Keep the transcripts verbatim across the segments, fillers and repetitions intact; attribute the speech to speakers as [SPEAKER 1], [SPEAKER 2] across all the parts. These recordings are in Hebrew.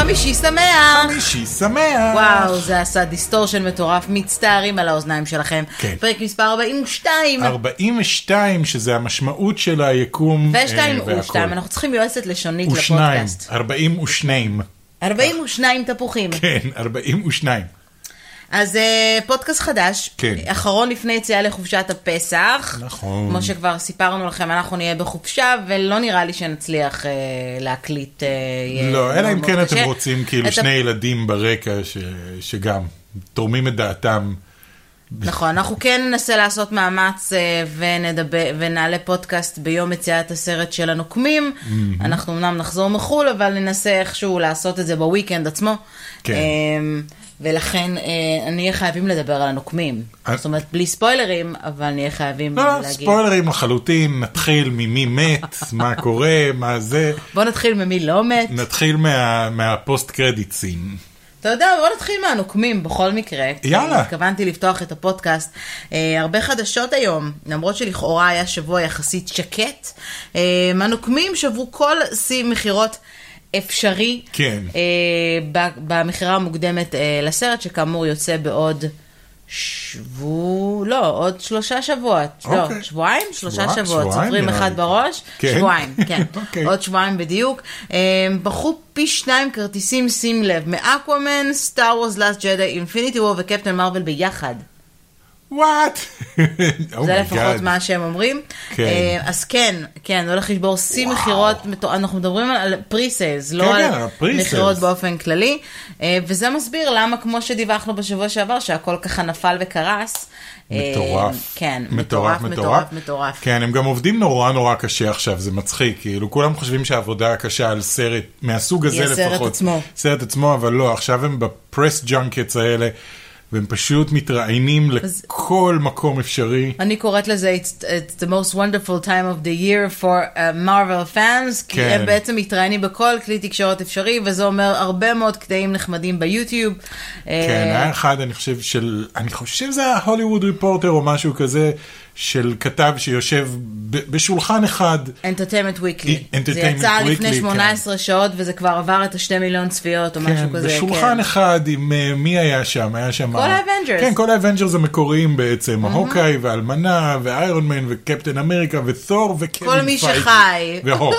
[SPEAKER 1] חמישי שמח.
[SPEAKER 2] חמישי שמח.
[SPEAKER 1] וואו, זה עשה דיסטורשן מטורף, מצטערים על האוזניים שלכם.
[SPEAKER 2] כן.
[SPEAKER 1] פרק מספר ארבעים ושתיים.
[SPEAKER 2] ארבעים ושתיים, שזה המשמעות של היקום.
[SPEAKER 1] ושתיים
[SPEAKER 2] אה,
[SPEAKER 1] ושתיים, אנחנו צריכים יועצת לשונית
[SPEAKER 2] ושניים,
[SPEAKER 1] לפודקאסט.
[SPEAKER 2] ארבעים ושניים.
[SPEAKER 1] ארבעים ושניים תפוחים.
[SPEAKER 2] כן, ארבעים ושניים.
[SPEAKER 1] אז uh, פודקאסט חדש,
[SPEAKER 2] כן.
[SPEAKER 1] אחרון לפני יציאה לחופשת הפסח.
[SPEAKER 2] נכון.
[SPEAKER 1] כמו שכבר סיפרנו לכם, אנחנו נהיה בחופשה, ולא נראה לי שנצליח uh, להקליט. Uh,
[SPEAKER 2] לא, אלא אם כן
[SPEAKER 1] קשה.
[SPEAKER 2] אתם רוצים כאילו שני הפ... ילדים ברקע ש... שגם תורמים את דעתם.
[SPEAKER 1] נכון, אנחנו כן ננסה לעשות מאמץ ונדבר, ונעלה פודקאסט ביום יציאת הסרט של הנוקמים. Mm-hmm. אנחנו אמנם נחזור מחול, אבל ננסה איכשהו לעשות את זה בוויקנד עצמו.
[SPEAKER 2] כן.
[SPEAKER 1] ולכן נהיה חייבים לדבר על הנוקמים. זאת אומרת, בלי ספוילרים, אבל נהיה חייבים
[SPEAKER 2] לא,
[SPEAKER 1] להגיד.
[SPEAKER 2] ספוילרים לחלוטין, נתחיל ממי מת, מה קורה, מה זה.
[SPEAKER 1] בוא נתחיל ממי לא מת.
[SPEAKER 2] נתחיל מה, מהפוסט קרדיט סין.
[SPEAKER 1] אתה יודע, בוא נתחיל מהנוקמים בכל מקרה.
[SPEAKER 2] יאללה.
[SPEAKER 1] התכוונתי לפתוח את הפודקאסט. אה, הרבה חדשות היום, למרות שלכאורה היה שבוע יחסית שקט. אה, הנוקמים שברו כל שיא מחירות אפשרי.
[SPEAKER 2] כן.
[SPEAKER 1] אה, במחירה המוקדמת אה, לסרט, שכאמור יוצא בעוד שבוע, לא, עוד שלושה שבועות.
[SPEAKER 2] אוקיי.
[SPEAKER 1] לא, שבועיים? שלושה
[SPEAKER 2] שבוע,
[SPEAKER 1] שבועות. סופרים אחד בראש.
[SPEAKER 2] כן.
[SPEAKER 1] שבועיים, כן.
[SPEAKER 2] אוקיי.
[SPEAKER 1] עוד שבועיים בדיוק. בחרו פי שניים כרטיסים, שים לב, מאקוואמן, סטאר וורס לאסט ג'די, אינפיניטי וור וקפטן מרוויל ביחד.
[SPEAKER 2] וואט?
[SPEAKER 1] זה לפחות מה שהם אומרים. אז כן, כן, הולך לשבור שיא מחירות, אנחנו מדברים על פרי-סיילס, לא על מחירות באופן כללי, וזה מסביר למה כמו שדיווחנו בשבוע שעבר, שהכל ככה נפל וקרס.
[SPEAKER 2] מטורף.
[SPEAKER 1] כן, מטורף, מטורף, מטורף.
[SPEAKER 2] כן, הם גם עובדים נורא נורא קשה עכשיו, זה מצחיק, כאילו כולם חושבים שהעבודה הקשה על סרט מהסוג הזה לפחות.
[SPEAKER 1] סרט עצמו.
[SPEAKER 2] סרט עצמו, אבל לא, עכשיו הם בפרס ג'אנקטס האלה, והם פשוט מתראיינים לכל מקום אפשרי.
[SPEAKER 1] אני קוראת לזה, it's, it's the most wonderful time of the year for uh, Marvel fans, כי הם בעצם מתראיינים בכל כלי תקשורת אפשרי, וזה אומר הרבה מאוד קטעים נחמדים ביוטיוב.
[SPEAKER 2] כן, היה אחד, אני חושב של, אני חושב זה ההוליווד ריפורטר או משהו כזה, של כתב שיושב בשולחן אחד.
[SPEAKER 1] Entertainment Weekly. זה יצא לפני שמונה עשרה שעות, וזה כבר עבר את השתי מיליון צפיות או משהו כזה.
[SPEAKER 2] בשולחן אחד עם מי היה שם? היה שם...
[SPEAKER 1] כל האבנג'רס.
[SPEAKER 2] כן, כל האבנג'רס המקוריים בעצם. ההוקאי ואלמנה ואיירון מן וקפטן אמריקה ותור וקווין פייגי.
[SPEAKER 1] כל מי שחי.
[SPEAKER 2] והוק.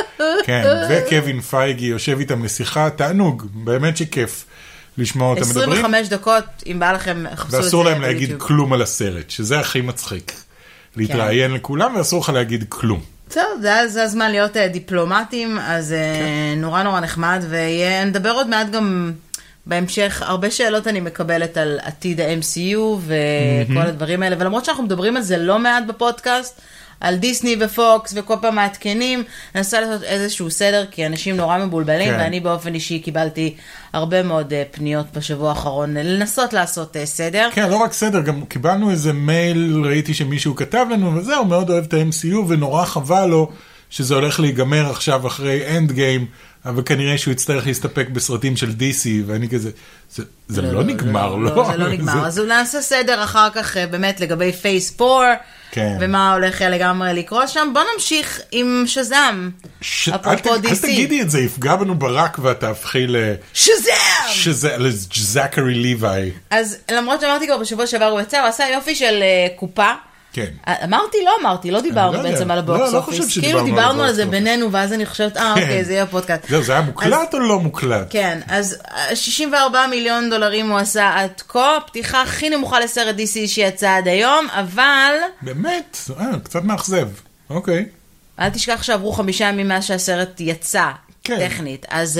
[SPEAKER 2] כן, וקווין פייגי יושב איתם לשיחה. תענוג, באמת שכיף לשמוע אותם מדברים.
[SPEAKER 1] עשרים וחמש דקות, אם בא לכם, חפשו את זה.
[SPEAKER 2] ואסור להם להגיד כלום על הסרט, שזה הכי מצחיק. להתראיין לכולם, ואסור לך להגיד כלום.
[SPEAKER 1] טוב, זה הזמן להיות דיפלומטים, אז נורא נורא נחמד, ונדבר עוד מעט גם בהמשך, הרבה שאלות אני מקבלת על עתיד ה-אם סי יו וכל הדברים האלה, ולמרות שאנחנו מדברים על זה לא מעט בפודקאסט, על דיסני ופוקס וכל פעם מעדכנים, ננסה לעשות איזשהו סדר, כי אנשים נורא מבולבלים, כן. ואני באופן אישי קיבלתי הרבה מאוד uh, פניות בשבוע האחרון, לנסות לעשות uh, סדר.
[SPEAKER 2] כן, לא רק סדר, גם קיבלנו איזה מייל, ראיתי שמישהו כתב לנו, וזה, הוא מאוד אוהב את ה-אם סי יו, ונורא חבל לו שזה הולך להיגמר עכשיו אחרי אנד גיים, אבל כנראה שהוא יצטרך להסתפק בסרטים של די סי, ואני כזה, זה, זה לא, לא נגמר, לא?
[SPEAKER 1] לא, זה לא נגמר, זה... אז הוא נעשה סדר אחר כך באמת לגבי פייס פור, כן. ומה הולך לגמרי לקרות שם. בוא נמשיך עם שזם,
[SPEAKER 2] ש...
[SPEAKER 1] אפרופו
[SPEAKER 2] אל,
[SPEAKER 1] די סי.
[SPEAKER 2] אל תגידי את זה, יפגע בנו ברק ואתה הפכי ל...
[SPEAKER 1] שזם!
[SPEAKER 2] שזה, לזקרי ליוואי.
[SPEAKER 1] אז למרות שאמרתי כבר בשבוע שעבר הוא יצא, הוא עשה יופי של uh, קופה,
[SPEAKER 2] כן.
[SPEAKER 1] אמרתי, לא אמרתי, לא דיברנו בעצם על הבוקס אופיס. כאילו דיברנו על זה בינינו, ואז אני חושבת, אה, אוקיי, זה יהיה פודקאסט.
[SPEAKER 2] זהו, זה היה מוקלט או לא מוקלט?
[SPEAKER 1] כן, אז שישים וארבעה מיליון דולרים הוא עשה עד כה, פתיחה הכי נמוכה לסרט די סי שיצא עד היום, אבל...
[SPEAKER 2] באמת? קצת מאכזב. אוקיי.
[SPEAKER 1] אל תשכח שעברו חמישה ימים מאז שהסרט יצא, טכנית. אז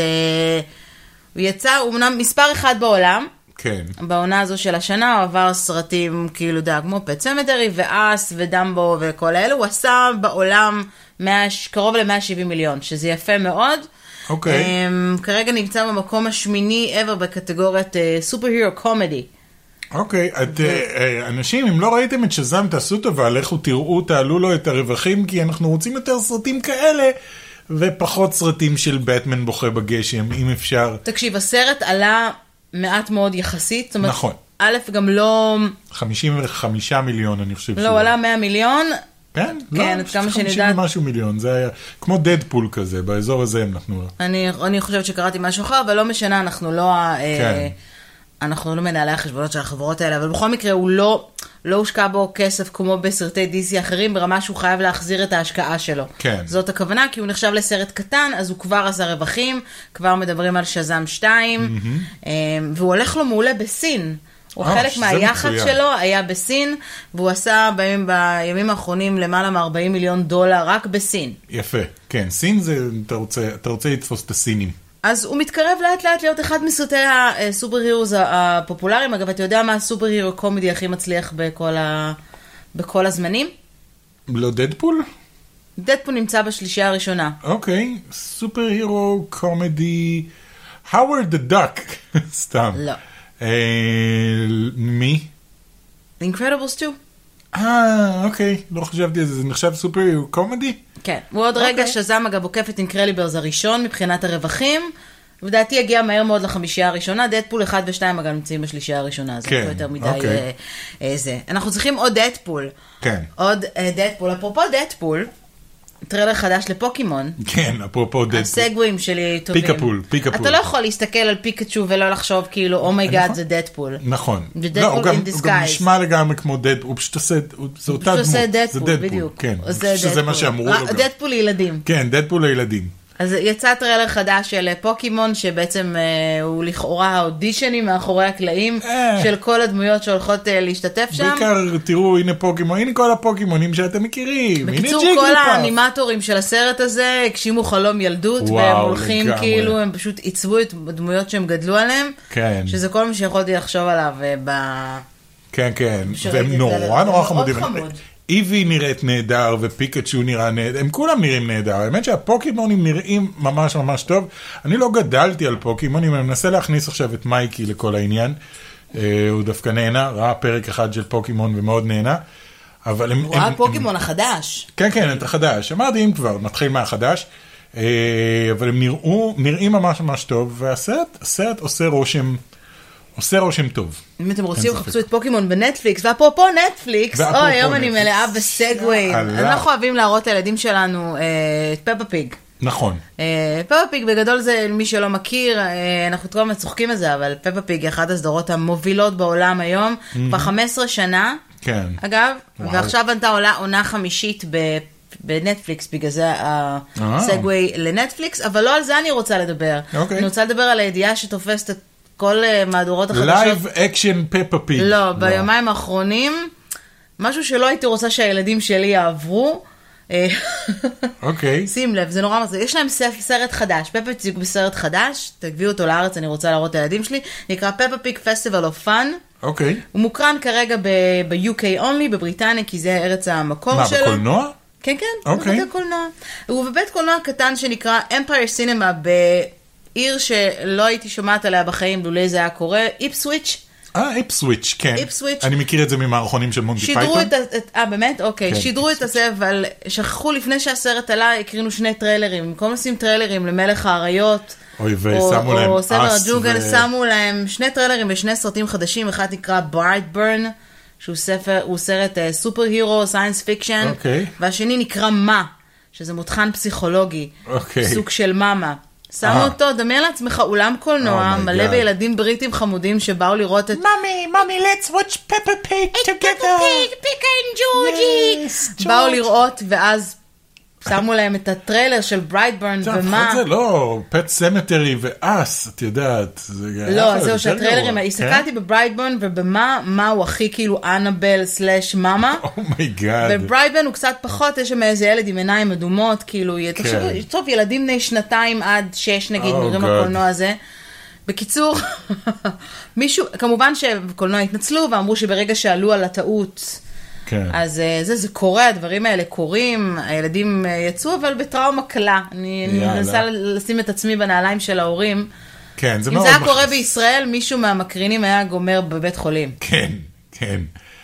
[SPEAKER 1] הוא יצא, הוא אמנם מספר אחד בעולם,
[SPEAKER 2] כן.
[SPEAKER 1] בעונה הזו של השנה הוא עבר סרטים כאילו דה, כמו פט סמטרי ואס ודמבו וכל האלו, הוא עשה בעולם מאה, קרוב ל-מאה ושבעים מיליון, שזה יפה מאוד.
[SPEAKER 2] אוקיי.
[SPEAKER 1] Um, כרגע נמצא במקום השמיני ever בקטגוריית סופר הירו קומדי.
[SPEAKER 2] אוקיי, את, ו... uh, אנשים, אם לא ראיתם את שזם, תעשו טובה, לכו תראו, תעלו לו את הרווחים, כי אנחנו רוצים יותר סרטים כאלה, ופחות סרטים של בטמן בוכה בגשם, אם אפשר.
[SPEAKER 1] תקשיב, הסרט עלה... מעט מאוד יחסית, זאת אומרת,
[SPEAKER 2] נכון.
[SPEAKER 1] א' גם לא...
[SPEAKER 2] חמישים וחמישה מיליון, אני חושב.
[SPEAKER 1] לא, עלה מאה מיליון,
[SPEAKER 2] כן?
[SPEAKER 1] כן,
[SPEAKER 2] לא,
[SPEAKER 1] עד כמה שאני
[SPEAKER 2] חמישים
[SPEAKER 1] יודעת.
[SPEAKER 2] ומשהו מיליון, זה היה כמו דדפול כזה, באזור הזה הם נתנו לו.
[SPEAKER 1] אני, אני חושבת שקראתי משהו אחר, אבל לא משנה, אנחנו לא,
[SPEAKER 2] כן.
[SPEAKER 1] אה, אנחנו לא מנהלי החשבונות של החברות האלה, אבל בכל מקרה הוא לא, לא הושקע בו כסף כמו בסרטי די סי אחרים, ברמה שהוא חייב להחזיר את ההשקעה שלו.
[SPEAKER 2] כן.
[SPEAKER 1] זאת הכוונה, כי הוא נחשב לסרט קטן, אז הוא כבר עשה רווחים, כבר מדברים על שזם שתיים, mm-hmm. והוא הולך לו מעולה בסין. הוא
[SPEAKER 2] Oh,
[SPEAKER 1] חלק מהיחד
[SPEAKER 2] מצוין.
[SPEAKER 1] שלו היה בסין, והוא עשה בימים, בימים האחרונים למעלה מ-ארבעים מיליון דולר רק בסין.
[SPEAKER 2] יפה, כן, סין זה, אתה רוצה, אתה רוצה לתפוס את הסינים.
[SPEAKER 1] אז הוא מתקרב לאט לאט להיות אחד מסרטי הסופר הירוס הפופולריים. אגב, אתה יודע מה הסופר הירו קומדי הכי מצליח בכל, ה... בכל הזמנים?
[SPEAKER 2] לא דדפול?
[SPEAKER 1] דדפול נמצא בשלישייה הראשונה.
[SPEAKER 2] אוקיי, סופר הירו קומדי, Howard the Duck, סתם.
[SPEAKER 1] לא.
[SPEAKER 2] אה, מי?
[SPEAKER 1] Incredibles שתיים.
[SPEAKER 2] אה, אוקיי, לא חשבתי על זה, זה נחשב סופר הירו קומדי?
[SPEAKER 1] כן, הוא עוד רגע שזם אגב עוקף את אינקרדיבלס הראשון מבחינת הרווחים, ודעתי יגיע מהר מאוד לחמישייה הראשונה, דדפול אחד ושתיים אגב נמצאים בשלישייה הראשונה, זה
[SPEAKER 2] כן,
[SPEAKER 1] לא יותר מדי
[SPEAKER 2] אוקיי.
[SPEAKER 1] אה, אה, זה. אנחנו צריכים עוד דדפול.
[SPEAKER 2] כן.
[SPEAKER 1] עוד אה, דדפול, אפרופו דדפול, טריילר חדש לפוקימון.
[SPEAKER 2] כן, אפרופו דדפול.
[SPEAKER 1] הסגווים שלי טובים.
[SPEAKER 2] פיקאפול, פיקאפול.
[SPEAKER 1] אתה לא יכול להסתכל על פיקאצ'ו ולא לחשוב כאילו, אומייגאד
[SPEAKER 2] נכון.
[SPEAKER 1] זה דדפול.
[SPEAKER 2] נכון.
[SPEAKER 1] זה
[SPEAKER 2] לא, הוא
[SPEAKER 1] דדפול
[SPEAKER 2] גם-
[SPEAKER 1] in
[SPEAKER 2] הוא גם
[SPEAKER 1] disguise.
[SPEAKER 2] נשמע לגמרי כמו דדפול, הוא פשוט עושה, הוא- זה אותה דמות.
[SPEAKER 1] פשוט עושה
[SPEAKER 2] זה
[SPEAKER 1] דדפול,
[SPEAKER 2] דדפול,
[SPEAKER 1] בדיוק.
[SPEAKER 2] כן. אני
[SPEAKER 1] עושה
[SPEAKER 2] חושב שזה מה
[SPEAKER 1] דדפול.
[SPEAKER 2] שאמרו לו
[SPEAKER 1] רק-
[SPEAKER 2] גם.
[SPEAKER 1] דדפול לילדים.
[SPEAKER 2] כן, דדפול לילדים.
[SPEAKER 1] אז יצא טריילר חדש של פוקימון, שבעצם אה, הוא לכאורה האודישנים מאחורי הקלעים
[SPEAKER 2] אה.
[SPEAKER 1] של כל הדמויות שהולכות אה, להשתתף שם.
[SPEAKER 2] בעיקר תראו, הנה פוקימון, הנה כל הפוקימונים שאתם מכירים. הנה
[SPEAKER 1] בקיצור,
[SPEAKER 2] ג'יגלפאף.
[SPEAKER 1] כל האנימטורים של הסרט הזה הגשימו חלום ילדות,
[SPEAKER 2] וואו,
[SPEAKER 1] והם הולכים
[SPEAKER 2] לגמרי.
[SPEAKER 1] כאילו, הם פשוט עיצבו את הדמויות שהם גדלו עליהם,
[SPEAKER 2] כן.
[SPEAKER 1] שזה כל מה שיכולתי לחשוב עליו אה, ב...
[SPEAKER 2] כן, כן,
[SPEAKER 1] שראיתי
[SPEAKER 2] והם
[SPEAKER 1] את זה,
[SPEAKER 2] נורא
[SPEAKER 1] זה
[SPEAKER 2] נורא
[SPEAKER 1] מאוד
[SPEAKER 2] חמודים.
[SPEAKER 1] חמוד.
[SPEAKER 2] איבי נראית נהדר ופיקאצ'ו נראה נהדר, הם כולם נראים נהדר, האמת שהפוקימונים נראים ממש ממש טוב. אני לא גדלתי על פוקימונים, אני מנסה להכניס עכשיו את מייקי לכל העניין, אה, הוא דווקא נהנה, ראה פרק אחד של פוקימון ומאוד נהנה, אבל הם...
[SPEAKER 1] הוא ראה
[SPEAKER 2] הם-
[SPEAKER 1] פוקימון החדש.
[SPEAKER 2] כן, כן, את החדש. אמרתי, אם כבר, נתחיל מהחדש. אה, אבל הם נראו, נראים ממש ממש טוב, והסרט, הסרט עושה רושם, עושה רושם טוב.
[SPEAKER 1] אם אתם רוצים,
[SPEAKER 2] ספק.
[SPEAKER 1] חפשו את פוקימון בנטפליקס, ואפרופו נטפליקס,
[SPEAKER 2] ואפרופו
[SPEAKER 1] אוי, היום אני
[SPEAKER 2] נטפליקס.
[SPEAKER 1] מלאה בסגווי.
[SPEAKER 2] יאללה.
[SPEAKER 1] אנחנו אוהבים להראות לילדים שלנו אה, את פפה פיג.
[SPEAKER 2] נכון.
[SPEAKER 1] אה, פפה פיג בגדול זה, מי שלא מכיר, אה, אנחנו כל הזמן צוחקים על זה, אבל פפה פיג היא אחת הסדרות המובילות בעולם היום, כבר חמש עשרה שנה,
[SPEAKER 2] כן.
[SPEAKER 1] אגב,
[SPEAKER 2] וואו.
[SPEAKER 1] ועכשיו בנתה עולה עונה חמישית ב... בנטפליקס, בגלל זה הסגווי לנטפליקס, אבל לא על זה אני רוצה לדבר.
[SPEAKER 2] אוקיי.
[SPEAKER 1] אני רוצה לדבר על הידיעה שתופסת את כל אה, מהדורות החדשות.
[SPEAKER 2] לייב אקשן פפה פיג.
[SPEAKER 1] לא, ביומיים האחרונים, משהו שלא הייתי רוצה שהילדים שלי יעברו. אה,
[SPEAKER 2] אוקיי.
[SPEAKER 1] שים לב, זה נורא מזל. יש להם סף- סרט חדש, פפה פיג בסרט חדש, תביאו אותו לארץ, אני רוצה להראות לילדים שלי, נקרא פפה פיג פסטיבל אוף פאן.
[SPEAKER 2] אוקיי.
[SPEAKER 1] הוא מוקרן כרגע ב-יו קיי only, בבריטניה, כי זה ארץ המקור
[SPEAKER 2] מה,
[SPEAKER 1] שלו.
[SPEAKER 2] בקולנוע?
[SPEAKER 1] כן, כן,
[SPEAKER 2] אוקיי.
[SPEAKER 1] בבית הקולנוע. הוא בבית קולנוע קטן שנקרא אמפייר סינמה, בעיר שלא הייתי שומעת עליה בחיים, לולא זה היה קורה, איפסוויץ'.
[SPEAKER 2] אה, איפסוויץ', כן.
[SPEAKER 1] איפסוויץ'.
[SPEAKER 2] אני מכיר את זה ממערכונים של מונטי
[SPEAKER 1] שידרו
[SPEAKER 2] פייתון.
[SPEAKER 1] את ה... את- אה, באמת? אוקיי.
[SPEAKER 2] כן,
[SPEAKER 1] שידרו את זה, אבל שכחו לפני שהסרט עלה, הקרינו שני טריילרים. במקום לשים טריילרים למלך האריות,
[SPEAKER 2] אוי,
[SPEAKER 1] או-
[SPEAKER 2] ושמו להם
[SPEAKER 1] או סבר
[SPEAKER 2] אס
[SPEAKER 1] הג'ונגל,
[SPEAKER 2] ו-
[SPEAKER 1] שמו להם שני טריילרים ושני סרטים חדשים, אחד נקרא ברייטברן, שהוא ספר, הוא סרט סופר הירו, סיינס פיקשן,
[SPEAKER 2] אוקיי.
[SPEAKER 1] והשני נקרא מה, שזה מותחן פסיכולוגי,
[SPEAKER 2] אוקיי.
[SPEAKER 1] סוג של מאמה. שמו
[SPEAKER 2] אה.
[SPEAKER 1] אותו, דמיין לעצמך אולם קולנוע,
[SPEAKER 2] Oh my
[SPEAKER 1] מלא
[SPEAKER 2] God.
[SPEAKER 1] בילדים בריטים חמודים שבאו לראות את
[SPEAKER 2] ממי, ממי, let's watch Peppa Pig together.
[SPEAKER 1] פיקה עם ג'ורג'י.
[SPEAKER 2] Yes,
[SPEAKER 1] באו
[SPEAKER 2] George.
[SPEAKER 1] לראות, ואז שמו להם את הטריילר של ברייטברן,
[SPEAKER 2] טוב,
[SPEAKER 1] ומה...
[SPEAKER 2] לפחות זה לא, פט סמטרי ואס, את יודעת. זה היה יכול
[SPEAKER 1] לא,
[SPEAKER 2] להיות
[SPEAKER 1] זהו,
[SPEAKER 2] יותר
[SPEAKER 1] שהטריילרים,
[SPEAKER 2] גרוע,
[SPEAKER 1] הסתכלתי בברייטברן, ובמה, מה הוא הכי כאילו אנבל סלאש מאמה,
[SPEAKER 2] אומייגאד.
[SPEAKER 1] וברייטברן הוא קצת פחות, יש שם איזה ילד עם עיניים אדומות, כאילו, תחשבו, טוב, ילדים בני שנתיים עד שש נגיד,
[SPEAKER 2] Oh,
[SPEAKER 1] נראים
[SPEAKER 2] God.
[SPEAKER 1] הקולנוע הזה. בקיצור, מישהו, כמובן שבקולנוע התנצלו, ואמרו שברגע שעלו על הטעות,
[SPEAKER 2] כן.
[SPEAKER 1] אז אה, זה, זה קורה, הדברים האלה קורים, הילדים אה, יצאו, אבל בטראומה קלה. אני, אני
[SPEAKER 2] יאללה.
[SPEAKER 1] מנסה לשים את עצמי בנעליים של ההורים.
[SPEAKER 2] כן, זה
[SPEAKER 1] אם
[SPEAKER 2] מאוד
[SPEAKER 1] זה היה קורה
[SPEAKER 2] מכניס.
[SPEAKER 1] בישראל, מישהו מהמקרינים היה גומר בבית חולים.
[SPEAKER 2] כן, כן.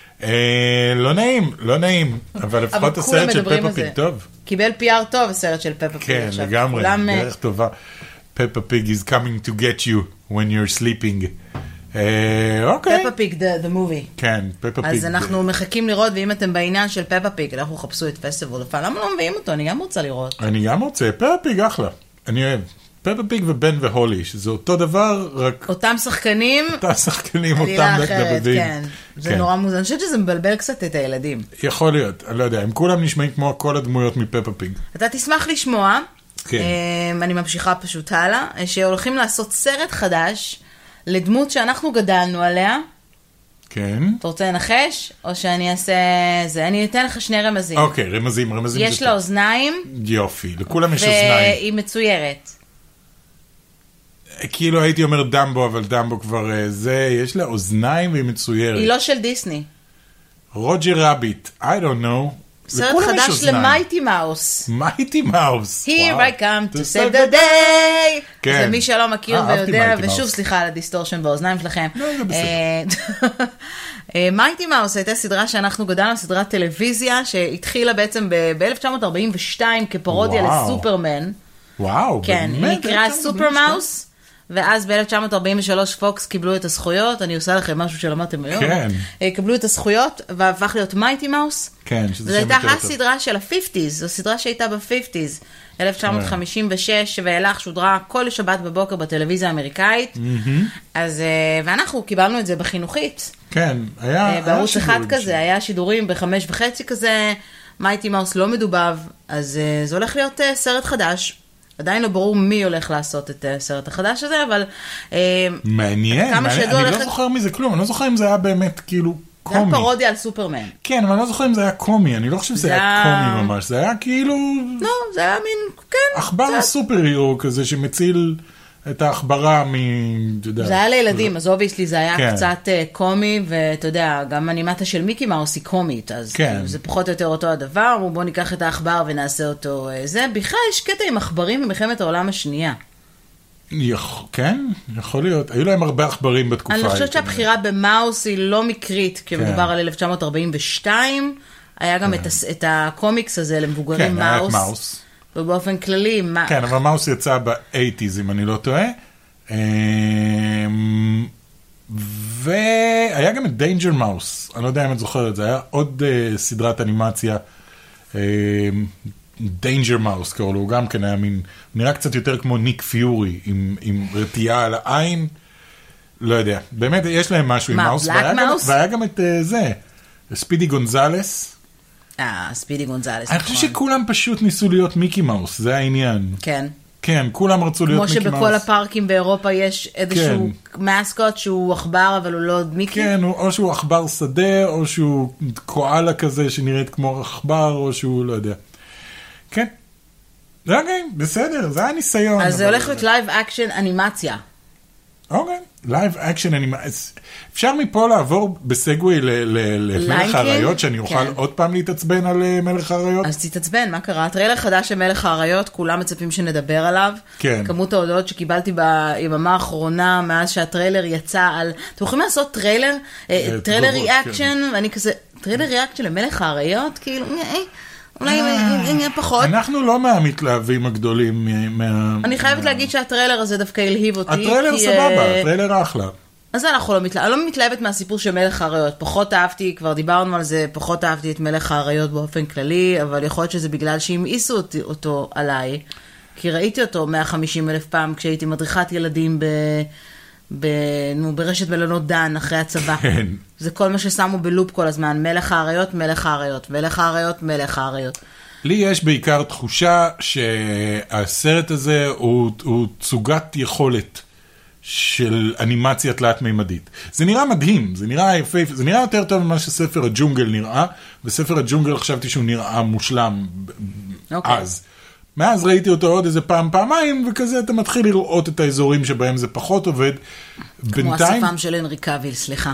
[SPEAKER 2] אה, לא נעים, לא נעים, אבל לפחות
[SPEAKER 1] אבל כולם
[SPEAKER 2] הסרט של
[SPEAKER 1] מדברים
[SPEAKER 2] פפה
[SPEAKER 1] על זה.
[SPEAKER 2] פיג טוב.
[SPEAKER 1] קיבל פי אר טוב, הסרט של פפה פיג.
[SPEAKER 2] כן,
[SPEAKER 1] עכשיו.
[SPEAKER 2] לגמרי,
[SPEAKER 1] כולם, אה,
[SPEAKER 2] דרך טובה. פפה פיג is coming to get you when you're sleeping. אוקיי.
[SPEAKER 1] פפה פיג, the movie.
[SPEAKER 2] כן, פפה פיג.
[SPEAKER 1] אז אנחנו מחכים לראות, ואם אתם בעניין של פפה פיג, אנחנו חפשו את פסטיבל אוף פאן. למה לא מביאים אותו? אני גם רוצה לראות.
[SPEAKER 2] אני גם רוצה, פפה פיג אחלה. אני אוהב. פפה פיג ובן והולי, שזה אותו דבר, רק...
[SPEAKER 1] אותם שחקנים.
[SPEAKER 2] אותם שחקנים, אותם דבבים.
[SPEAKER 1] כן. זה נורא מוזר. אני חושבת שזה מבלבל קצת את הילדים.
[SPEAKER 2] יכול להיות, אני לא יודע, הם כולם נשמעים כמו כל הדמויות מפפה פיג.
[SPEAKER 1] אתה תשמח לשמוע,
[SPEAKER 2] כן.
[SPEAKER 1] אני ממשיכה פשוט הלאה, שהולכים לעשות סרט חדש, לדמות שאנחנו גדלנו עליה.
[SPEAKER 2] כן.
[SPEAKER 1] אתה רוצה לנחש? או שאני אעשה זה? אני אתן לך שני רמזים.
[SPEAKER 2] אוקיי, רמזים, רמזים.
[SPEAKER 1] יש לה אוזניים.
[SPEAKER 2] יופי, לכולם יש אוזניים.
[SPEAKER 1] והיא מצוירת.
[SPEAKER 2] כאילו הייתי אומר דמבו, אבל דמבו כבר זה, יש לה אוזניים והיא מצוירת.
[SPEAKER 1] היא לא של דיסני.
[SPEAKER 2] רוג'ר רביט, I don't know.
[SPEAKER 1] סרט חדש למייטי מאוס.
[SPEAKER 2] מייטי מאוס.
[SPEAKER 1] Here I come to save the day.
[SPEAKER 2] כן.
[SPEAKER 1] זה מי שלא מכיר ויודע, ושוב סליחה על הדיסטורשן באוזניים שלכם.
[SPEAKER 2] לא, זה בסדר.
[SPEAKER 1] מייטי מאוס הייתה סדרה שאנחנו גדלנו, סדרת טלוויזיה, שהתחילה בעצם ב-אלף תשע מאות ארבעים ושתיים כפרודיה לסופרמן.
[SPEAKER 2] וואו,
[SPEAKER 1] כן, היא נקראה סופר מאוס. ואז ב-אלף תשע מאות ארבעים ושלוש פוקס קיבלו את הזכויות, אני עושה לכם משהו שלמדתם היום.
[SPEAKER 2] כן.
[SPEAKER 1] קיבלו את הזכויות, והפך להיות מייטי מאוס.
[SPEAKER 2] כן, שזה
[SPEAKER 1] זו הייתה הסדרה של ה-חמישים, זו סדרה שהייתה ב-חמישים, אלף תשע מאות חמישים ושש, ואילך שודרה כל שבת בבוקר בטלוויזיה האמריקאית. אז, ואנחנו קיבלנו את זה בחינוכית.
[SPEAKER 2] כן, היה...
[SPEAKER 1] בערוץ אחד כזה, היה שידורים בחמש וחצי כזה, מייטי מאוס לא מדובב, אז זה הולך להיות סרט חדש. עדיין לא ברור מי הולך לעשות את הסרט החדש הזה, אבל...
[SPEAKER 2] מעניין, אני לא זוכר מזה כלום, אני לא זוכר אם זה היה באמת כאילו קומי.
[SPEAKER 1] זה היה פרודיה על סופרמן.
[SPEAKER 2] כן, אבל אני לא זוכר אם זה היה קומי, אני לא חושב שזה היה קומי ממש, זה היה כאילו...
[SPEAKER 1] לא, זה היה מין, כן.
[SPEAKER 2] עכבר סופר הירו כזה שמציל את העכברה מ...
[SPEAKER 1] זה היה לילדים, אז אובייסלי זה היה קצת קומי, ואתה יודע, גם אנימציה של מיקי מאוס היא קומית, אז זה פחות או יותר אותו הדבר, בוא ניקח את העכבר ונעשה אותו זה. בכלל יש קטע עם עכברים במלחמת העולם השנייה.
[SPEAKER 2] כן, יכול להיות. היו להם הרבה עכברים בתקופה.
[SPEAKER 1] אני חושבת שהבחירה במאוס היא לא מקרית, כי מדובר על אלף תשע מאות ארבעים ושתיים, היה גם את הקומיקס הזה למבוגרים מאוס. ובאופן כללי...
[SPEAKER 2] כן, אבל מאוס יצא ב-שמונים, אם אני לא טועה. והיה גם את דיינג'ר מאוס, אני לא יודע אם את זוכרת, זה היה עוד סדרת אנימציה, דיינג'ר מאוס קראו לו, הוא גם כן היה מין, נראה קצת יותר כמו ניק פיורי, עם רתיעה על העין, לא יודע, באמת יש להם משהו עם מאוס, והיה גם את זה, ספידי גונזלס,
[SPEAKER 1] אה, ספידי גונזלס.
[SPEAKER 2] אני חושב שכולם פשוט ניסו להיות מיקי מאוס, זה העניין.
[SPEAKER 1] כן.
[SPEAKER 2] כן, כולם רצו להיות מיקי מאוס.
[SPEAKER 1] כמו שבכל הפארקים באירופה יש איזשהו מסקוט שהוא עכבר, אבל הוא לא מיקי.
[SPEAKER 2] כן, או שהוא עכבר שדה, או שהוא קואלה כזה שנראית כמו עכבר, או שהוא לא יודע. כן. אוקיי, בסדר, זה היה ניסיון.
[SPEAKER 1] אז זה הולך להיות לייב אקשן אנימציה.
[SPEAKER 2] אוקיי, לייב אקשן אנימציה. אפשר מפה לעבור בסגווי למלך האריות, שאני אוכל עוד פעם להתעצבן על מלך האריות? אז
[SPEAKER 1] תתעצבן, מה קרה? טריילר חדש של מלך האריות, כולם מצפים שנדבר עליו.
[SPEAKER 2] כן.
[SPEAKER 1] כמות ההודעות שקיבלתי ביממה האחרונה, מאז שהטריילר יצא על... אתם יכולים לעשות טריילר? טריילר ריאקשן, ואני כזה... טריילר ריאקשן למלך האריות? כאילו... אולי יהיה פחות.
[SPEAKER 2] אנחנו לא מהמתלהבים הגדולים.
[SPEAKER 1] אני חייבת להגיד שהטריילר הזה דווקא הלהיב אותי.
[SPEAKER 2] הטריילר סבבה, הטריילר אחלה.
[SPEAKER 1] אז אנחנו לא מתלהבת, אני לא מתלהבת מהסיפור של מלך האריות. פחות אהבתי, כבר דיברנו על זה, פחות אהבתי את מלך האריות באופן כללי, אבל יכול להיות שזה בגלל שהמאיסו אותו עליי, כי ראיתי אותו מאה וחמישים אלף פעם כשהייתי מדריכת ילדים ב... ב... נו, ברשת מלונות דן אחרי הצבא.
[SPEAKER 2] כן.
[SPEAKER 1] זה כל מה ששמו בלופ כל הזמן, מלך האריות, מלך האריות, מלך האריות, מלך האריות.
[SPEAKER 2] לי יש בעיקר תחושה שהסרט הזה הוא, הוא צוגת יכולת של אנימציה תלת מימדית. זה נראה מדהים, זה נראה יפה, זה נראה יותר טוב ממה שספר הג'ונגל נראה, וספר הג'ונגל חשבתי שהוא נראה מושלם okay. אז. מאז ראיתי אותו עוד איזה פעם, פעמיים, וכזה אתה מתחיל לראות את האזורים שבהם זה פחות עובד.
[SPEAKER 1] כמו בינתיים... השפם של הנרי קאביל, סליחה.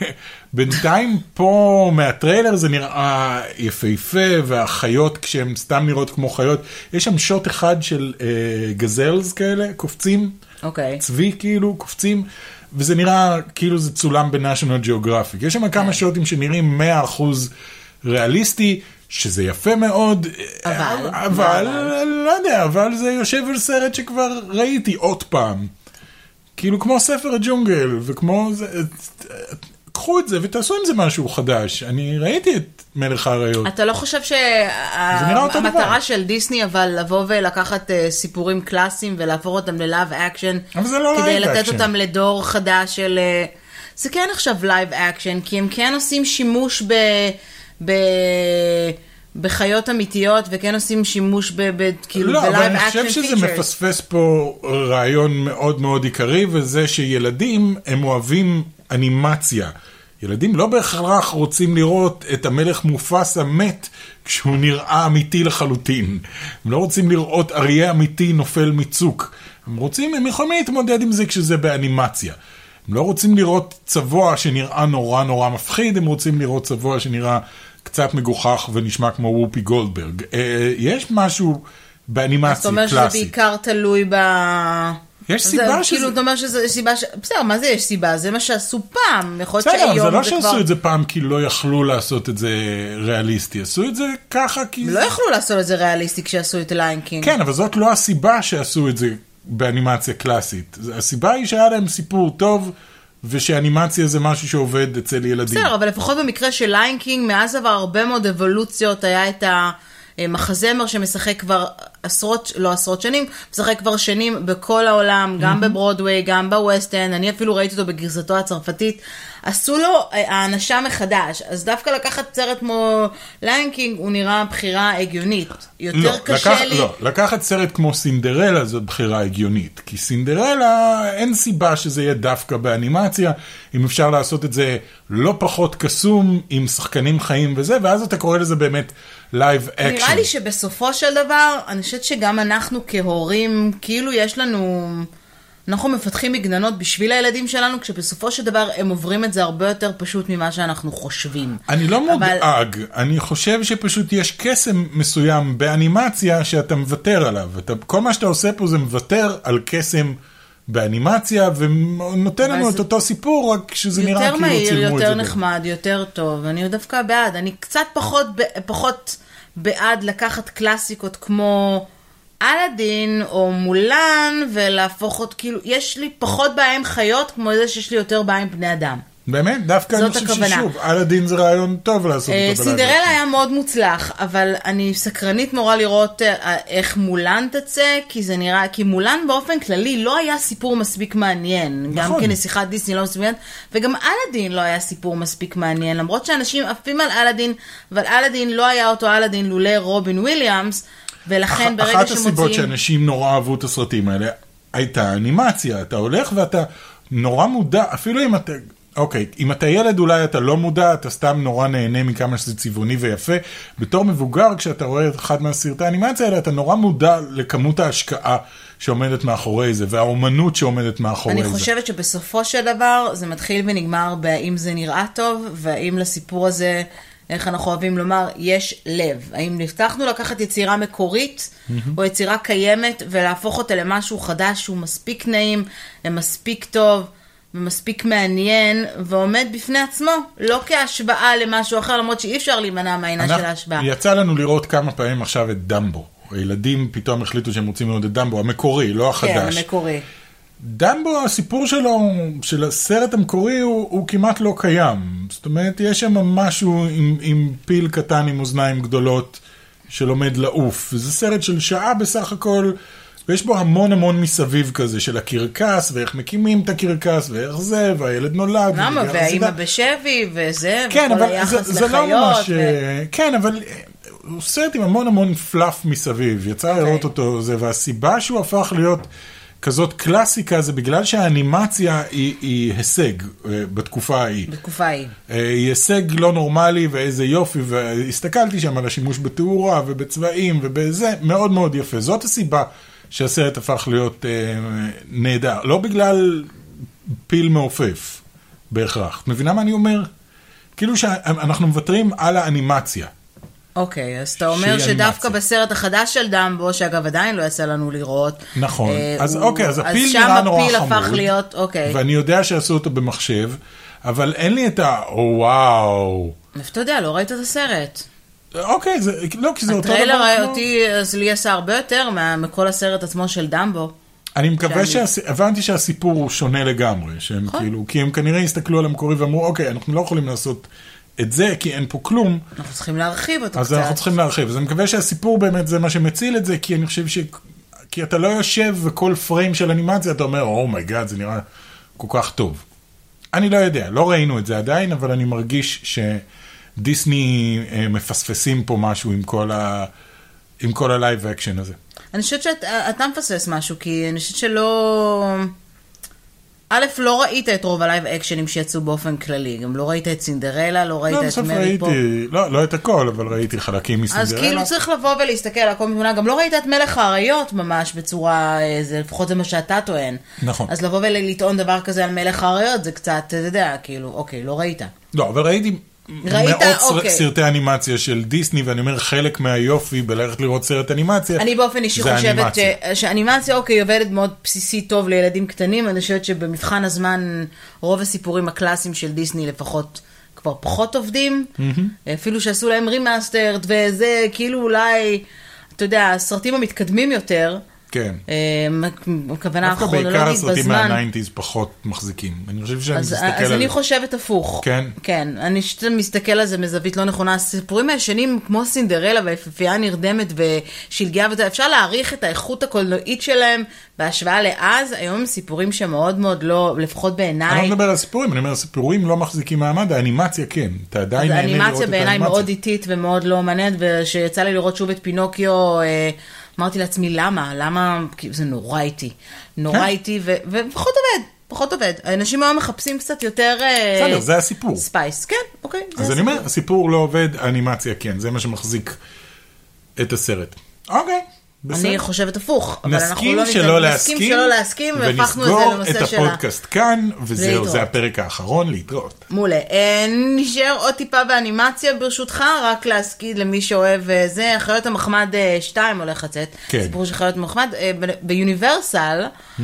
[SPEAKER 2] בינתיים פה מהטריילר זה נראה יפהפה, והחיות כשהם סתם נראות כמו חיות, יש שם שוט אחד של אה, גזלס כאלה, קופצים,
[SPEAKER 1] okay.
[SPEAKER 2] צבי כאילו, קופצים, וזה נראה כאילו זה צולם בנשיונל ג'יאוגרפיק. יש שם okay. כמה שוטים שנראים מאה אחוז ריאליסטי, שזה יפה מאוד,
[SPEAKER 1] אבל,
[SPEAKER 2] אבל, לא יודע, אבל זה יושב על סרט שכבר ראיתי עוד פעם. כאילו כמו ספר הג'ונגל, וכמו זה, קחו את זה ותעשו עם זה משהו חדש. אני ראיתי את מלך האריות.
[SPEAKER 1] אתה לא חושב שהמטרה של דיסני, אבל לבוא ולקחת סיפורים קלאסיים ולהפוך אותם ללייב אקשן, כדי לתת אותם לדור חדש של... זה כן עכשיו לייב אקשן, כי הם כן עושים שימוש ב... ב... בחיות אמיתיות, וכן עושים שימוש ב... ב... כאילו
[SPEAKER 2] לא,
[SPEAKER 1] בלייב
[SPEAKER 2] אבל אני
[SPEAKER 1] אקשן
[SPEAKER 2] חושב שזה
[SPEAKER 1] פיצ'רס.
[SPEAKER 2] מפספס פה רעיון מאוד מאוד עיקרי, וזה שילדים הם אוהבים אנימציה. ילדים לא בהכרח רוצים לראות את המלך מופס המת כשהוא נראה אמיתי לחלוטין. הם לא רוצים לראות אריה אמיתי נופל מצוק. הם רוצים, הם יכולים להתמודד עם זה כשזה באנימציה. הם לא רוצים לראות צבוע שנראה נורא נורא מפחיד, הם רוצים לראות צבוע שנראה קצת מגוחך ונשמע כמו וופי גולדברג. יש משהו באנימציה קלאסית.
[SPEAKER 1] זאת אומרת שזה בעיקר תלוי ב...
[SPEAKER 2] יש סיבה שזה...
[SPEAKER 1] כאילו, אתה אומר שזה סיבה ש... בסדר, מה זה יש סיבה? זה מה שעשו פעם. יכול להיות
[SPEAKER 2] בסדר,
[SPEAKER 1] שהיום
[SPEAKER 2] זה לא
[SPEAKER 1] זה
[SPEAKER 2] שעשו
[SPEAKER 1] כבר...
[SPEAKER 2] את זה פעם כי לא יכלו לעשות את זה ריאליסטי. עשו את זה ככה כי...
[SPEAKER 1] לא יכלו לעשות את זה ריאליסטי כשעשו את ליין קינג.
[SPEAKER 2] כן, אבל זאת לא הסיבה שעשו את זה באנימציה קלאסית. הסיבה היא שהיה להם סיפור טוב, ושאנימציה זה משהו שעובד אצל ילדים.
[SPEAKER 1] בסדר, אבל לפחות במקרה של ליין קינג, מאז עבר הרבה מאוד אבולוציות, היה את המחזמר שמשחק כבר עשרות, לא עשרות שנים, משחק כבר שנים בכל העולם, גם בברודווי, גם בווסט-אנד, אני אפילו ראיתי אותו בגרסתו הצרפתית, עשו לו האנשה מחדש, אז דווקא לקחת סרט כמו ליין קינג, הוא נראה בחירה הגיונית. יותר
[SPEAKER 2] לא,
[SPEAKER 1] קשה
[SPEAKER 2] לקח,
[SPEAKER 1] לי...
[SPEAKER 2] לא, לקחת סרט כמו סינדרלה זאת בחירה הגיונית, כי סינדרלה אין סיבה שזה יהיה דווקא באנימציה, אם אפשר לעשות את זה לא פחות קסום, עם שחקנים חיים וזה, ואז אתה קורא לזה באמת לייב אקשן.
[SPEAKER 1] נראה לי שבסופו של דבר, אני חושבת שגם אנחנו כהורים, כאילו יש לנו... אנחנו מפתחים מגננות בשביל הילדים שלנו, כשבסופו של דבר הם עוברים את זה הרבה יותר פשוט ממה שאנחנו חושבים.
[SPEAKER 2] אני לא
[SPEAKER 1] אבל...
[SPEAKER 2] מודאג, אני חושב שפשוט יש קסם מסוים באנימציה שאתה מוותר עליו. אתה, כל מה שאתה עושה פה זה מוותר על קסם באנימציה, ונותן לנו זה... את אותו סיפור, רק שזה נראה כאילו
[SPEAKER 1] מהיר,
[SPEAKER 2] צילמו את זה.
[SPEAKER 1] יותר נחמד, יותר טוב. אני דווקא בעד. אני קצת פחות, פחות בעד לקחת קלאסיקות כמו... אלאדין או מולן ולהפוך עוד, כאילו, יש לי פחות בעיה עם חיות כמו זה שיש לי יותר בעיה עם בני אדם.
[SPEAKER 2] באמת? דווקא אני חושב ששוב, אלאדין זה רעיון טוב לעשות אותו.
[SPEAKER 1] סינדרלה היה מאוד מוצלח, אבל אני סקרנית נורא לראות איך מולן תצא, כי זה נראה, כי מולן באופן כללי לא היה סיפור מספיק מעניין, גם כנסיכת דיסני לא מספיק מעניין, וגם אלאדין לא היה סיפור מספיק מעניין, למרות שאנשים עפים על אלאדין, אבל אלאדין לא היה אותו אלאדין לולא רובין וויליאמס, ולכן ברגע שמוצאים...
[SPEAKER 2] אחת הסיבות שאנשים נורא אהבו את הסרטים האלה, הייתה אנימציה. אתה הולך ואתה נורא מודע, אפילו אם אתה... אוקיי, אם אתה ילד אולי אתה לא מודע, אתה סתם נורא נהנה מכמה שזה צבעוני ויפה. בתור מבוגר, כשאתה רואה את אחד מהסרטי האנימציה האלה, אתה נורא מודע לכמות ההשקעה שעומדת מאחורי זה, והאומנות שעומדת מאחורי
[SPEAKER 1] אני
[SPEAKER 2] זה.
[SPEAKER 1] אני חושבת שבסופו של דבר, זה מתחיל ונגמר בהאם זה נראה טוב, והאם לסיפור הזה... איך אנחנו אוהבים לומר, יש לב. האם נפתחנו לקחת יצירה מקורית, mm-hmm. או יצירה קיימת, ולהפוך אותה למשהו חדש, שהוא מספיק נעים, ומספיק טוב, ומספיק מעניין, ועומד בפני עצמו, לא כהשוואה למשהו אחר, למרות שאי אפשר להימנע מהעינה של ההשוואה.
[SPEAKER 2] יצא לנו לראות כמה פעמים עכשיו את דמבו. הילדים פתאום החליטו שהם רוצים לראות את דמבו, המקורי, לא החדש.
[SPEAKER 1] כן, המקורי.
[SPEAKER 2] דמבו, הסיפור שלו, של הסרט המקורי, הוא, הוא כמעט לא קיים. זאת אומרת, יש שם משהו עם, עם פיל קטן עם אוזניים גדולות שלומד לעוף. זה סרט של שעה בסך הכל, ויש בו המון המון מסביב כזה של הקרקס, ואיך מקימים את הקרקס, ואיך זה, והילד נולד.
[SPEAKER 1] למה? והאמא בשבי, וזה,
[SPEAKER 2] כן,
[SPEAKER 1] וכל
[SPEAKER 2] אבל
[SPEAKER 1] היחס
[SPEAKER 2] זה,
[SPEAKER 1] לחיות.
[SPEAKER 2] זה לא ממש...
[SPEAKER 1] ו...
[SPEAKER 2] כן, אבל הוא סרט עם המון המון פלאף מסביב. יצא okay. לראות אותו, זה, והסיבה שהוא הפך להיות... כזאת קלאסיקה זה בגלל שהאנימציה היא, היא הישג בתקופה ההיא.
[SPEAKER 1] בתקופה ההיא.
[SPEAKER 2] היא הישג לא נורמלי ואיזה יופי, והסתכלתי שם על השימוש בתאורה ובצבעים ובזה, מאוד מאוד יפה. זאת הסיבה שהסרט הפך להיות אה, נהדר. לא בגלל פיל מעופף בהכרח. את מבינה מה אני אומר? כאילו שאנחנו מוותרים על האנימציה.
[SPEAKER 1] אוקיי, אז אתה אומר שדווקא בסרט החדש של דמבו, שאגב עדיין לא יצא לנו לראות.
[SPEAKER 2] נכון, אז אוקיי, אז הפיל נראה נורא חמוד.
[SPEAKER 1] אז שם הפיל הפך להיות, אוקיי.
[SPEAKER 2] ואני יודע שעשו אותו במחשב, אבל אין לי את ה... וואו.
[SPEAKER 1] אתה יודע, לא ראית את הסרט.
[SPEAKER 2] אוקיי, לא, כי זה אותו דבר.
[SPEAKER 1] הטריילר אותי, אז לי עשה הרבה יותר מכל הסרט עצמו של דמבו.
[SPEAKER 2] אני מקווה שהבנתי שהסיפור הוא שונה לגמרי, שהם כאילו, כי הם כנראה הסתכלו על המקורי ואמרו, אוקיי, אנחנו לא יכולים לעשות את זה, כי אין פה כלום.
[SPEAKER 1] אנחנו צריכים להרחיב אותו קצת.
[SPEAKER 2] אז אנחנו צריכים להרחיב. אז אני מקווה שהסיפור באמת זה מה שמציל את זה, כי אני חושב ש... כי אתה לא יושב וכל פריים של אנימציה, אתה אומר, אומייגאד, זה נראה כל כך טוב. אני לא יודע, לא ראינו את זה עדיין, אבל אני מרגיש שדיסני מפספסים פה משהו עם כל ה... עם כל הלייב אקשן הזה.
[SPEAKER 1] אני חושבת שאתה מפספס משהו, כי אני חושבת שלא... א', לא ראית את רוב הלייב אקשנים שיצאו באופן כללי, גם לא ראית את סינדרלה, לא ראית
[SPEAKER 2] לא,
[SPEAKER 1] את מרי פופ.
[SPEAKER 2] לא, לא את הכל, אבל ראיתי חלקים מסינדרלה.
[SPEAKER 1] אז כאילו צריך לבוא ולהסתכל על הכל מתמונה, גם לא ראית את מלך האריות ממש בצורה, זה, לפחות זה מה שאתה טוען.
[SPEAKER 2] נכון.
[SPEAKER 1] אז לבוא ולטעון דבר כזה על מלך האריות, זה קצת, אתה יודע, כאילו, אוקיי, לא ראית.
[SPEAKER 2] לא, אבל ראיתי...
[SPEAKER 1] ראית?
[SPEAKER 2] מאות
[SPEAKER 1] אוקיי.
[SPEAKER 2] סרטי אנימציה של דיסני, ואני אומר חלק מהיופי בלכת לראות סרט אנימציה.
[SPEAKER 1] אני באופן אישי חושבת ש... שאנימציה, אוקיי, עובדת מאוד בסיסי טוב לילדים קטנים, אני חושבת שבמבחן הזמן רוב הסיפורים הקלאסיים של דיסני לפחות כבר פחות עובדים, mm-hmm. אפילו שעשו להם רימאסטרד, וזה כאילו אולי, אתה יודע, הסרטים המתקדמים יותר,
[SPEAKER 2] כן.
[SPEAKER 1] הכוונה הכרונולוגית בזמן.
[SPEAKER 2] בעיקר הסרטים מה-תשעים פחות מחזיקים. אני חושב שאני מסתכל על...
[SPEAKER 1] אז אני חושבת הפוך.
[SPEAKER 2] כן?
[SPEAKER 1] כן. אני חושבת מסתכל על זה מזווית לא נכונה. הסיפורים הישנים כמו סינדרלה והיפהפייה נרדמת ושלגיה, אפשר להעריך את האיכות הקולנועית שלהם בהשוואה לאז. היום סיפורים שמאוד מאוד לא, לפחות בעיניי...
[SPEAKER 2] אני לא מדבר על סיפורים, אני אומר, סיפורים לא מחזיקים מעמד, האנימציה כן. אתה עדיין נהנה לראות את האנימציה.
[SPEAKER 1] האנימציה בעיניי מאוד איטית ומאוד לא מעניינת, ושיצא לי לראות שוב את פינוקיו, אמרתי לעצמי, למה? למה? זה נורא איטי. נורא איטי, ופחות עובד. פחות עובד. האנשים היום מחפשים קצת יותר...
[SPEAKER 2] בסדר, זה הסיפור.
[SPEAKER 1] ספייס, כן, אוקיי.
[SPEAKER 2] אז אני אומר, הסיפור לא עובד, האנימציה כן. זה מה שמחזיק את הסרט. אוקיי.
[SPEAKER 1] אני חושבת הפוך.
[SPEAKER 2] נסכים שלא להסכים,
[SPEAKER 1] נסכים שלא להסכים, והפכנו את זה
[SPEAKER 2] ונסגור
[SPEAKER 1] לנושא
[SPEAKER 2] את
[SPEAKER 1] שלה.
[SPEAKER 2] הפודקאסט כאן, וזהו, זה הפרק האחרון, להתראות.
[SPEAKER 1] מעולה. נשאר עוד טיפה באנימציה ברשותך, רק להזכיר למי שאוהב זה, חיות המחמד שתיים הולך לצאת, סיפור של חיות המחמד, ביוניברסל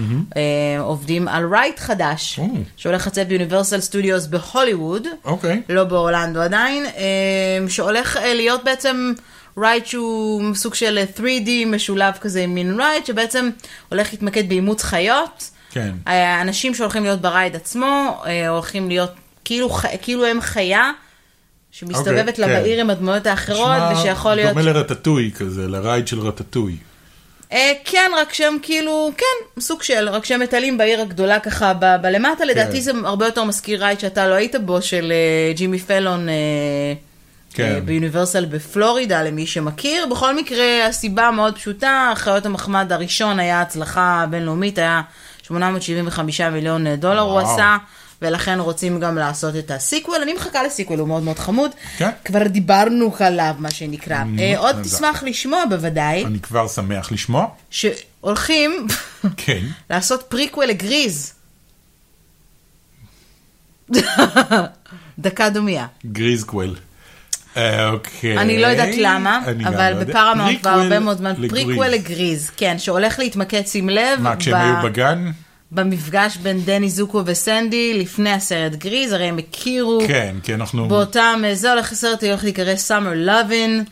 [SPEAKER 1] עובדים על רייט חדש, שהולך לצאת ביוניברסל סטודיוס בהוליווד, לא באורלנדו עדיין, שהולך להיות בעצם... רייט שהוא סוג של שלוש די משולב כזה עם מין רייט, שבעצם הולך להתמקד באימוץ חיות. כן. האנשים שהולכים להיות ברייד עצמו, הולכים להיות כאילו, כאילו הם חיה, שמסתובבת לה בעיר עם הדמויות האחרות, ושיכול להיות...
[SPEAKER 2] דומה לרטטוי כזה, לרייד של רטטוי.
[SPEAKER 1] כן, רק שהם כאילו, כן, סוג של, רק שהם מטלים בעיר הגדולה ככה בלמטה, לדעתי זה הרבה יותר מזכיר רייד שאתה לא היית בו, של ג'ימי פלון... כן. ביוניברסל בפלורידה, למי שמכיר. בכל מקרה, הסיבה מאוד פשוטה, חיות המחמד הראשון היה הצלחה בינלאומית, היה שמונה מאות שבעים וחמישה מיליון דולר וואו. הוא עשה, ולכן רוצים גם לעשות את הסיקוול. אני מחכה לסיקוול, הוא מאוד מאוד חמוד. כן? כבר דיברנו עליו, מה שנקרא. אה, עוד תשמח לשמוע בוודאי.
[SPEAKER 2] אני כבר שמח לשמוע.
[SPEAKER 1] שהולכים
[SPEAKER 2] כן.
[SPEAKER 1] לעשות פריקוול לגריז. דקה דומיה.
[SPEAKER 2] גריז קוול. אוקיי.
[SPEAKER 1] אני לא יודעת למה, אבל בפרמאונט כבר הרבה מאוד זמן פריקוול לגריז, כן, שהולך להתמקד, שים לב.
[SPEAKER 2] מה, כשהם היו בגן?
[SPEAKER 1] במפגש בין דני זוקו וסנדי, לפני הסרט גריז, הרי הם הכירו.
[SPEAKER 2] כן, כי אנחנו...
[SPEAKER 1] באותם, זה הולך הסרט, הולך להיקרא Summer Lovin'.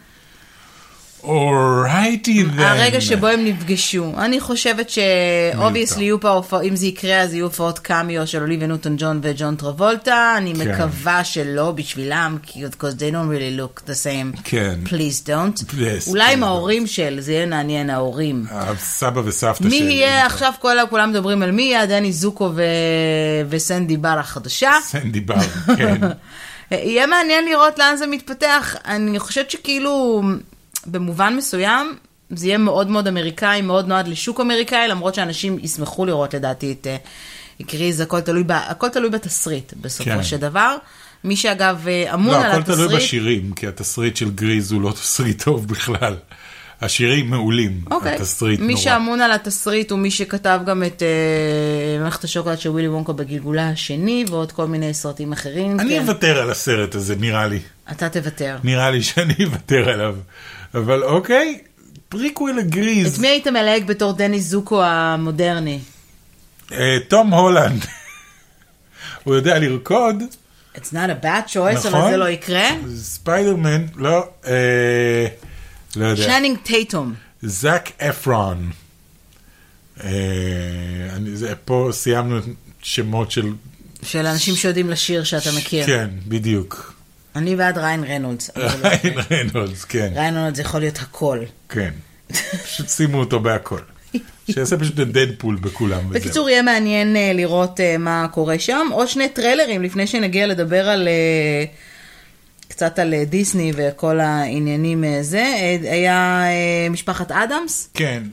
[SPEAKER 2] אורייטי then.
[SPEAKER 1] הרגע שבו הם נפגשו. אני חושבת שאובייסלי יהיו פה, אם זה יקרה, אז יהיו פה עוד קאמיו של אוליביה ניוטון ג'ון וג'ון טרבולטה. אני מקווה שלא בשבילם, because they don't really look the same.
[SPEAKER 2] כן.
[SPEAKER 1] Please don't. אולי עם ההורים של, זה יהיה מעניין, ההורים.
[SPEAKER 2] סבא וסבתא של...
[SPEAKER 1] מי יהיה, עכשיו כולם מדברים על מי יהיה, דני זוקו וסנדי בר החדשה.
[SPEAKER 2] סנדי בר, כן.
[SPEAKER 1] יהיה מעניין לראות לאן זה מתפתח. אני חושבת שכאילו... במובן מסוים, זה יהיה מאוד מאוד אמריקאי, מאוד נועד לשוק אמריקאי, למרות שאנשים ישמחו לראות לדעתי את גריז, הכל תלוי, הכל תלוי בתסריט בסופו כן. של דבר. מי שאגב אמון
[SPEAKER 2] לא,
[SPEAKER 1] על התסריט...
[SPEAKER 2] לא, הכל תלוי בשירים, כי התסריט של גריז הוא לא תסריט טוב בכלל. השירים מעולים,
[SPEAKER 1] אוקיי.
[SPEAKER 2] התסריט
[SPEAKER 1] מי
[SPEAKER 2] נורא.
[SPEAKER 1] מי שאמון על התסריט הוא מי שכתב גם את uh, מלאכת השוקולד של ווילי וונקה בגלגולה השני, ועוד כל מיני סרטים אחרים.
[SPEAKER 2] אני
[SPEAKER 1] כן.
[SPEAKER 2] אוותר על הסרט הזה, נראה לי.
[SPEAKER 1] אתה תוותר.
[SPEAKER 2] נראה לי שאני אוותר עליו. אבל אוקיי, פריקוול לגריז.
[SPEAKER 1] את מי היית מלהג בתור דני זוקו המודרני?
[SPEAKER 2] תום הולנד. הוא יודע לרקוד.
[SPEAKER 1] It's not a bad choice, אבל זה לא יקרה.
[SPEAKER 2] ספיידרמן, לא, לא יודע.
[SPEAKER 1] שנינג טייטום.
[SPEAKER 2] זק אפרון. אני, זה, פה סיימנו שמות של...
[SPEAKER 1] של אנשים שיודעים לשיר שאתה מכיר.
[SPEAKER 2] כן, בדיוק.
[SPEAKER 1] אני ועד ריין רנולדס.
[SPEAKER 2] ריין רנולדס, כן.
[SPEAKER 1] ריין רנולדס יכול להיות הכל.
[SPEAKER 2] כן. פשוט שימו אותו בהכל. שיעשה פשוט דדפול בכולם.
[SPEAKER 1] בקיצור, יהיה מעניין לראות מה קורה שם. עוד שני טריילרים לפני שנגיע לדבר על... קצת על דיסני וכל העניינים זה. היה משפחת אדמס.
[SPEAKER 2] כן.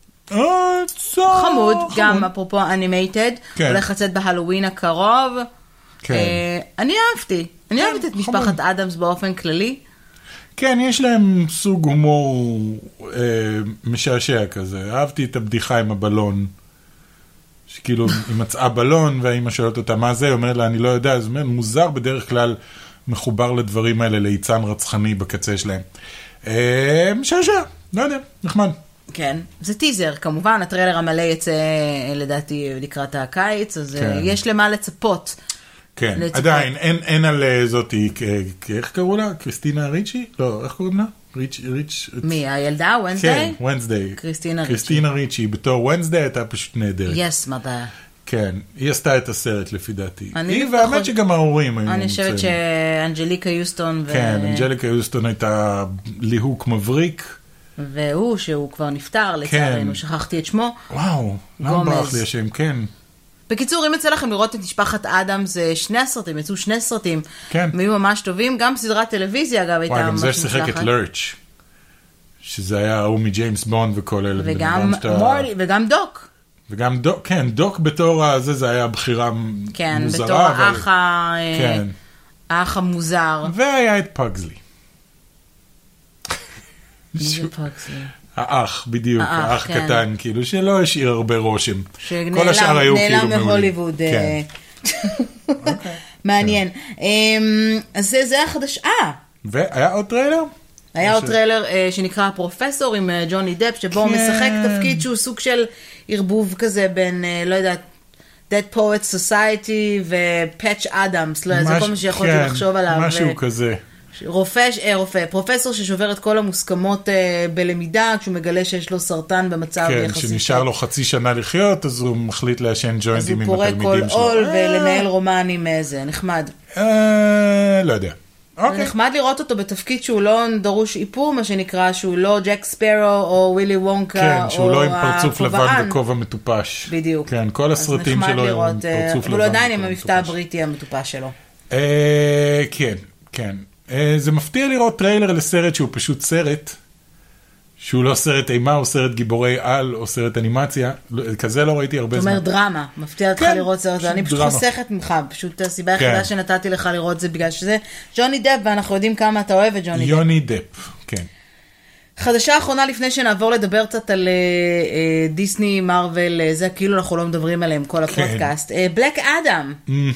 [SPEAKER 1] חמוד, גם אפרופו אנימייטד. הולך לצאת בהלווין הקרוב. אני אהבתי. אני אוהבת את משפחת אדמס באופן כללי.
[SPEAKER 2] כן, יש להם סוג הומור משעשע כזה. אהבתי את הבדיחה עם הבלון. שכאילו היא מצאה בלון והאמא שואלת אותה מה זה, היא אומרת לה אני לא יודע, זה מוזר בדרך כלל מחובר לדברים האלה, ליצן רצחני בקצה שלהם. משעשע, לא יודע, נחמד.
[SPEAKER 1] כן, זה טיזר, כמובן, הטריילר המלא יצא לדעתי לקראת הקיץ, אז יש למה לצפות.
[SPEAKER 2] כן, עדיין, אין על זאתי, איך קראו לה? קריסטינה ריצ'י? לא, איך קוראים לה?
[SPEAKER 1] מי, הילדה? ונסדיי?
[SPEAKER 2] כן, ונסדיי.
[SPEAKER 1] קריסטינה ריצ'י.
[SPEAKER 2] קריסטינה ריצ'י, בתור ונסדיי הייתה פשוט נהדרת.
[SPEAKER 1] יס, מדע.
[SPEAKER 2] כן, היא עשתה את הסרט לפי דעתי. היא והאמת שגם ההורים היו.
[SPEAKER 1] אני חושבת שאנג'ליקה יוסטון ו...
[SPEAKER 2] כן, אנג'ליקה יוסטון הייתה ליהוק מבריק.
[SPEAKER 1] והוא, שהוא כבר נפטר, לצערנו, שכחתי את שמו.
[SPEAKER 2] וואו, למה ברח לי השם, כן.
[SPEAKER 1] בקיצור, אם יצא לכם לראות את משפחת אדם, זה שני הסרטים, יצאו שני סרטים.
[SPEAKER 2] כן.
[SPEAKER 1] הם היו ממש טובים, גם סדרת טלוויזיה, אגב, הייתה ממש
[SPEAKER 2] מוצלחת. וואי, גם זה ששיחק את לרץ', שזה היה ההוא מג'יימס בונד וכל אלה.
[SPEAKER 1] וגם מורטי, וגם דוק.
[SPEAKER 2] וגם דוק, כן, דוק בתור הזה, זה היה בחירה מוזרה.
[SPEAKER 1] כן, בתור האח ה... כן. האח המוזר.
[SPEAKER 2] והיה את פגזלי.
[SPEAKER 1] מי זה פגזלי?
[SPEAKER 2] האח, בדיוק, האח קטן, כאילו, שלא השאיר הרבה רושם. כל השאר היו כאילו מעולים.
[SPEAKER 1] שנעלם מהוליווד. מעניין. אז זה החדש... אה!
[SPEAKER 2] והיה עוד טריילר?
[SPEAKER 1] היה עוד טריילר שנקרא פרופסור עם ג'וני דפ, שבו הוא משחק תפקיד שהוא סוג של ערבוב כזה בין, לא יודעת, Dead Poets Society ופאץ' אדמס, לא, זה כל מה שיכולתי לחשוב עליו.
[SPEAKER 2] משהו כזה.
[SPEAKER 1] רופא, רופא, פרופסור ששובר את כל המוסכמות בלמידה, כשהוא מגלה שיש לו סרטן במצב
[SPEAKER 2] יחסית. כן, שנשאר לו חצי שנה לחיות, אז הוא מחליט לעשן ג'וינטים עם התלמידים שלו. אז הוא פורק כל עול ולנהל רומן עם איזה, נחמד. לא יודע.
[SPEAKER 1] זה נחמד לראות אותו בתפקיד שהוא לא דרוש איפור, מה שנקרא, שהוא לא ג'ק ספארו או ווילי וונקה או הכובען.
[SPEAKER 2] כן, שהוא לא עם פרצוף לבן וכובע מטופש.
[SPEAKER 1] בדיוק.
[SPEAKER 2] כן, כל הסרטים שלו עם פרצוף לבן.
[SPEAKER 1] אבל הוא עדיין עם המבטא הבריטי המטופש שלו.
[SPEAKER 2] כן, כן. זה מפתיע לראות טריילר לסרט שהוא פשוט סרט, שהוא לא סרט אימה או סרט גיבורי על או סרט אנימציה, כזה לא ראיתי הרבה זמן.
[SPEAKER 1] זאת אומרת דרמה, מפתיע אותך לראות סרט, אני פשוט חוסכת ממך, פשוט הסיבה היחידה שנתתי לך לראות זה בגלל שזה ג'וני דפ, ואנחנו יודעים כמה אתה אוהב את ג'וני דפ.
[SPEAKER 2] יוני דפ, כן.
[SPEAKER 1] חדשה האחרונה לפני שנעבור לדבר קצת על דיסני, מרוול, זה כאילו אנחנו לא מדברים עליהם כל הפודקאסט. בלק אדם.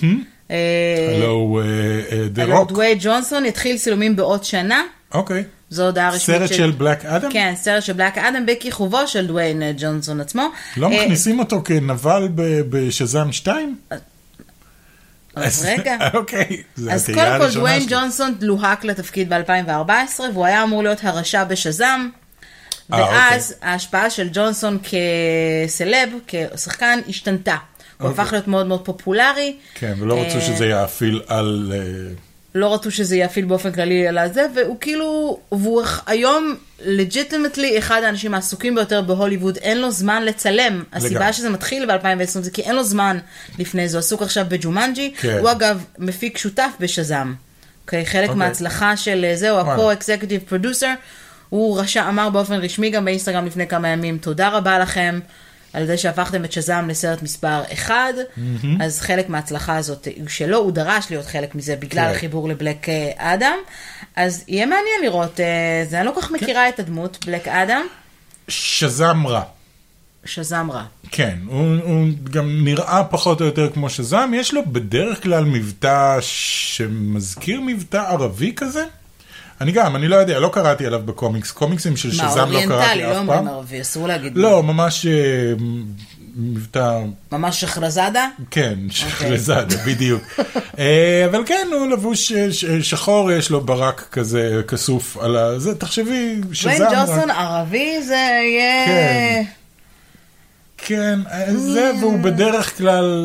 [SPEAKER 2] הלו, דה רוק.
[SPEAKER 1] דווייד ג'ונסון יתחיל צילומים בעוד שנה.
[SPEAKER 2] אוקיי.
[SPEAKER 1] זו הודעה רשמית.
[SPEAKER 2] סרט של בלק אדם?
[SPEAKER 1] כן, סרט של בלק אדם בכיכובו של דווייד ג'ונסון עצמו.
[SPEAKER 2] לא מכניסים אותו כנבל בשזם שתיים?
[SPEAKER 1] אז רגע.
[SPEAKER 2] אוקיי.
[SPEAKER 1] אז קודם כל דווייד ג'ונסון לוהק לתפקיד ב-אלפיים וארבע עשרה, והוא היה אמור להיות הרשע בשזם. ואז ההשפעה של ג'ונסון כסלב, כשחקן, השתנתה. הוא הפך להיות מאוד מאוד פופולרי.
[SPEAKER 2] כן, ולא רצו שזה יאפיל על...
[SPEAKER 1] לא רצו שזה יאפיל באופן כללי על הזה, והוא כאילו, והוא היום legitimately אחד האנשים העסוקים ביותר בהוליווד, אין לו זמן לצלם. הסיבה שזה מתחיל ב-אלפיים ועשרים זה כי אין לו זמן לפני זה, הוא עסוק עכשיו בג'ומנג'י, הוא אגב מפיק שותף בשזם. חלק מההצלחה של זה, הוא ה-co-executive producer, הוא רשע אמר באופן רשמי גם באינסטגרם לפני כמה ימים, תודה רבה לכם. על זה שהפכתם את שזם לסרט מספר אחד, mm-hmm. אז חלק מההצלחה הזאת שלו, הוא דרש להיות חלק מזה בגלל החיבור לבלק אדם, אז יהיה מעניין לראות, זה אני לא כל כך מכירה את הדמות, בלק אדם.
[SPEAKER 2] שזם רע.
[SPEAKER 1] שזם רע.
[SPEAKER 2] כן, הוא, הוא גם נראה פחות או יותר כמו שזם, יש לו בדרך כלל מבטא שמזכיר מבטא ערבי כזה, אני גם, אני לא יודע, לא קראתי עליו בקומיקס, קומיקסים של שזם לא קראתי אף פעם. מה, אוריינטלי, לא אומרים ערבי,
[SPEAKER 1] אסור להגיד.
[SPEAKER 2] לא, ממש מבטא...
[SPEAKER 1] ממש שחרזדה?
[SPEAKER 2] כן, שחרזדה, בדיוק. אבל כן, הוא לבוש שחור, יש לו ברק כזה כסוף על זה, תחשבי, שזם...
[SPEAKER 1] דווייד ג'ונסון ערבי, זה יהיה...
[SPEAKER 2] כן, זה, והוא בדרך כלל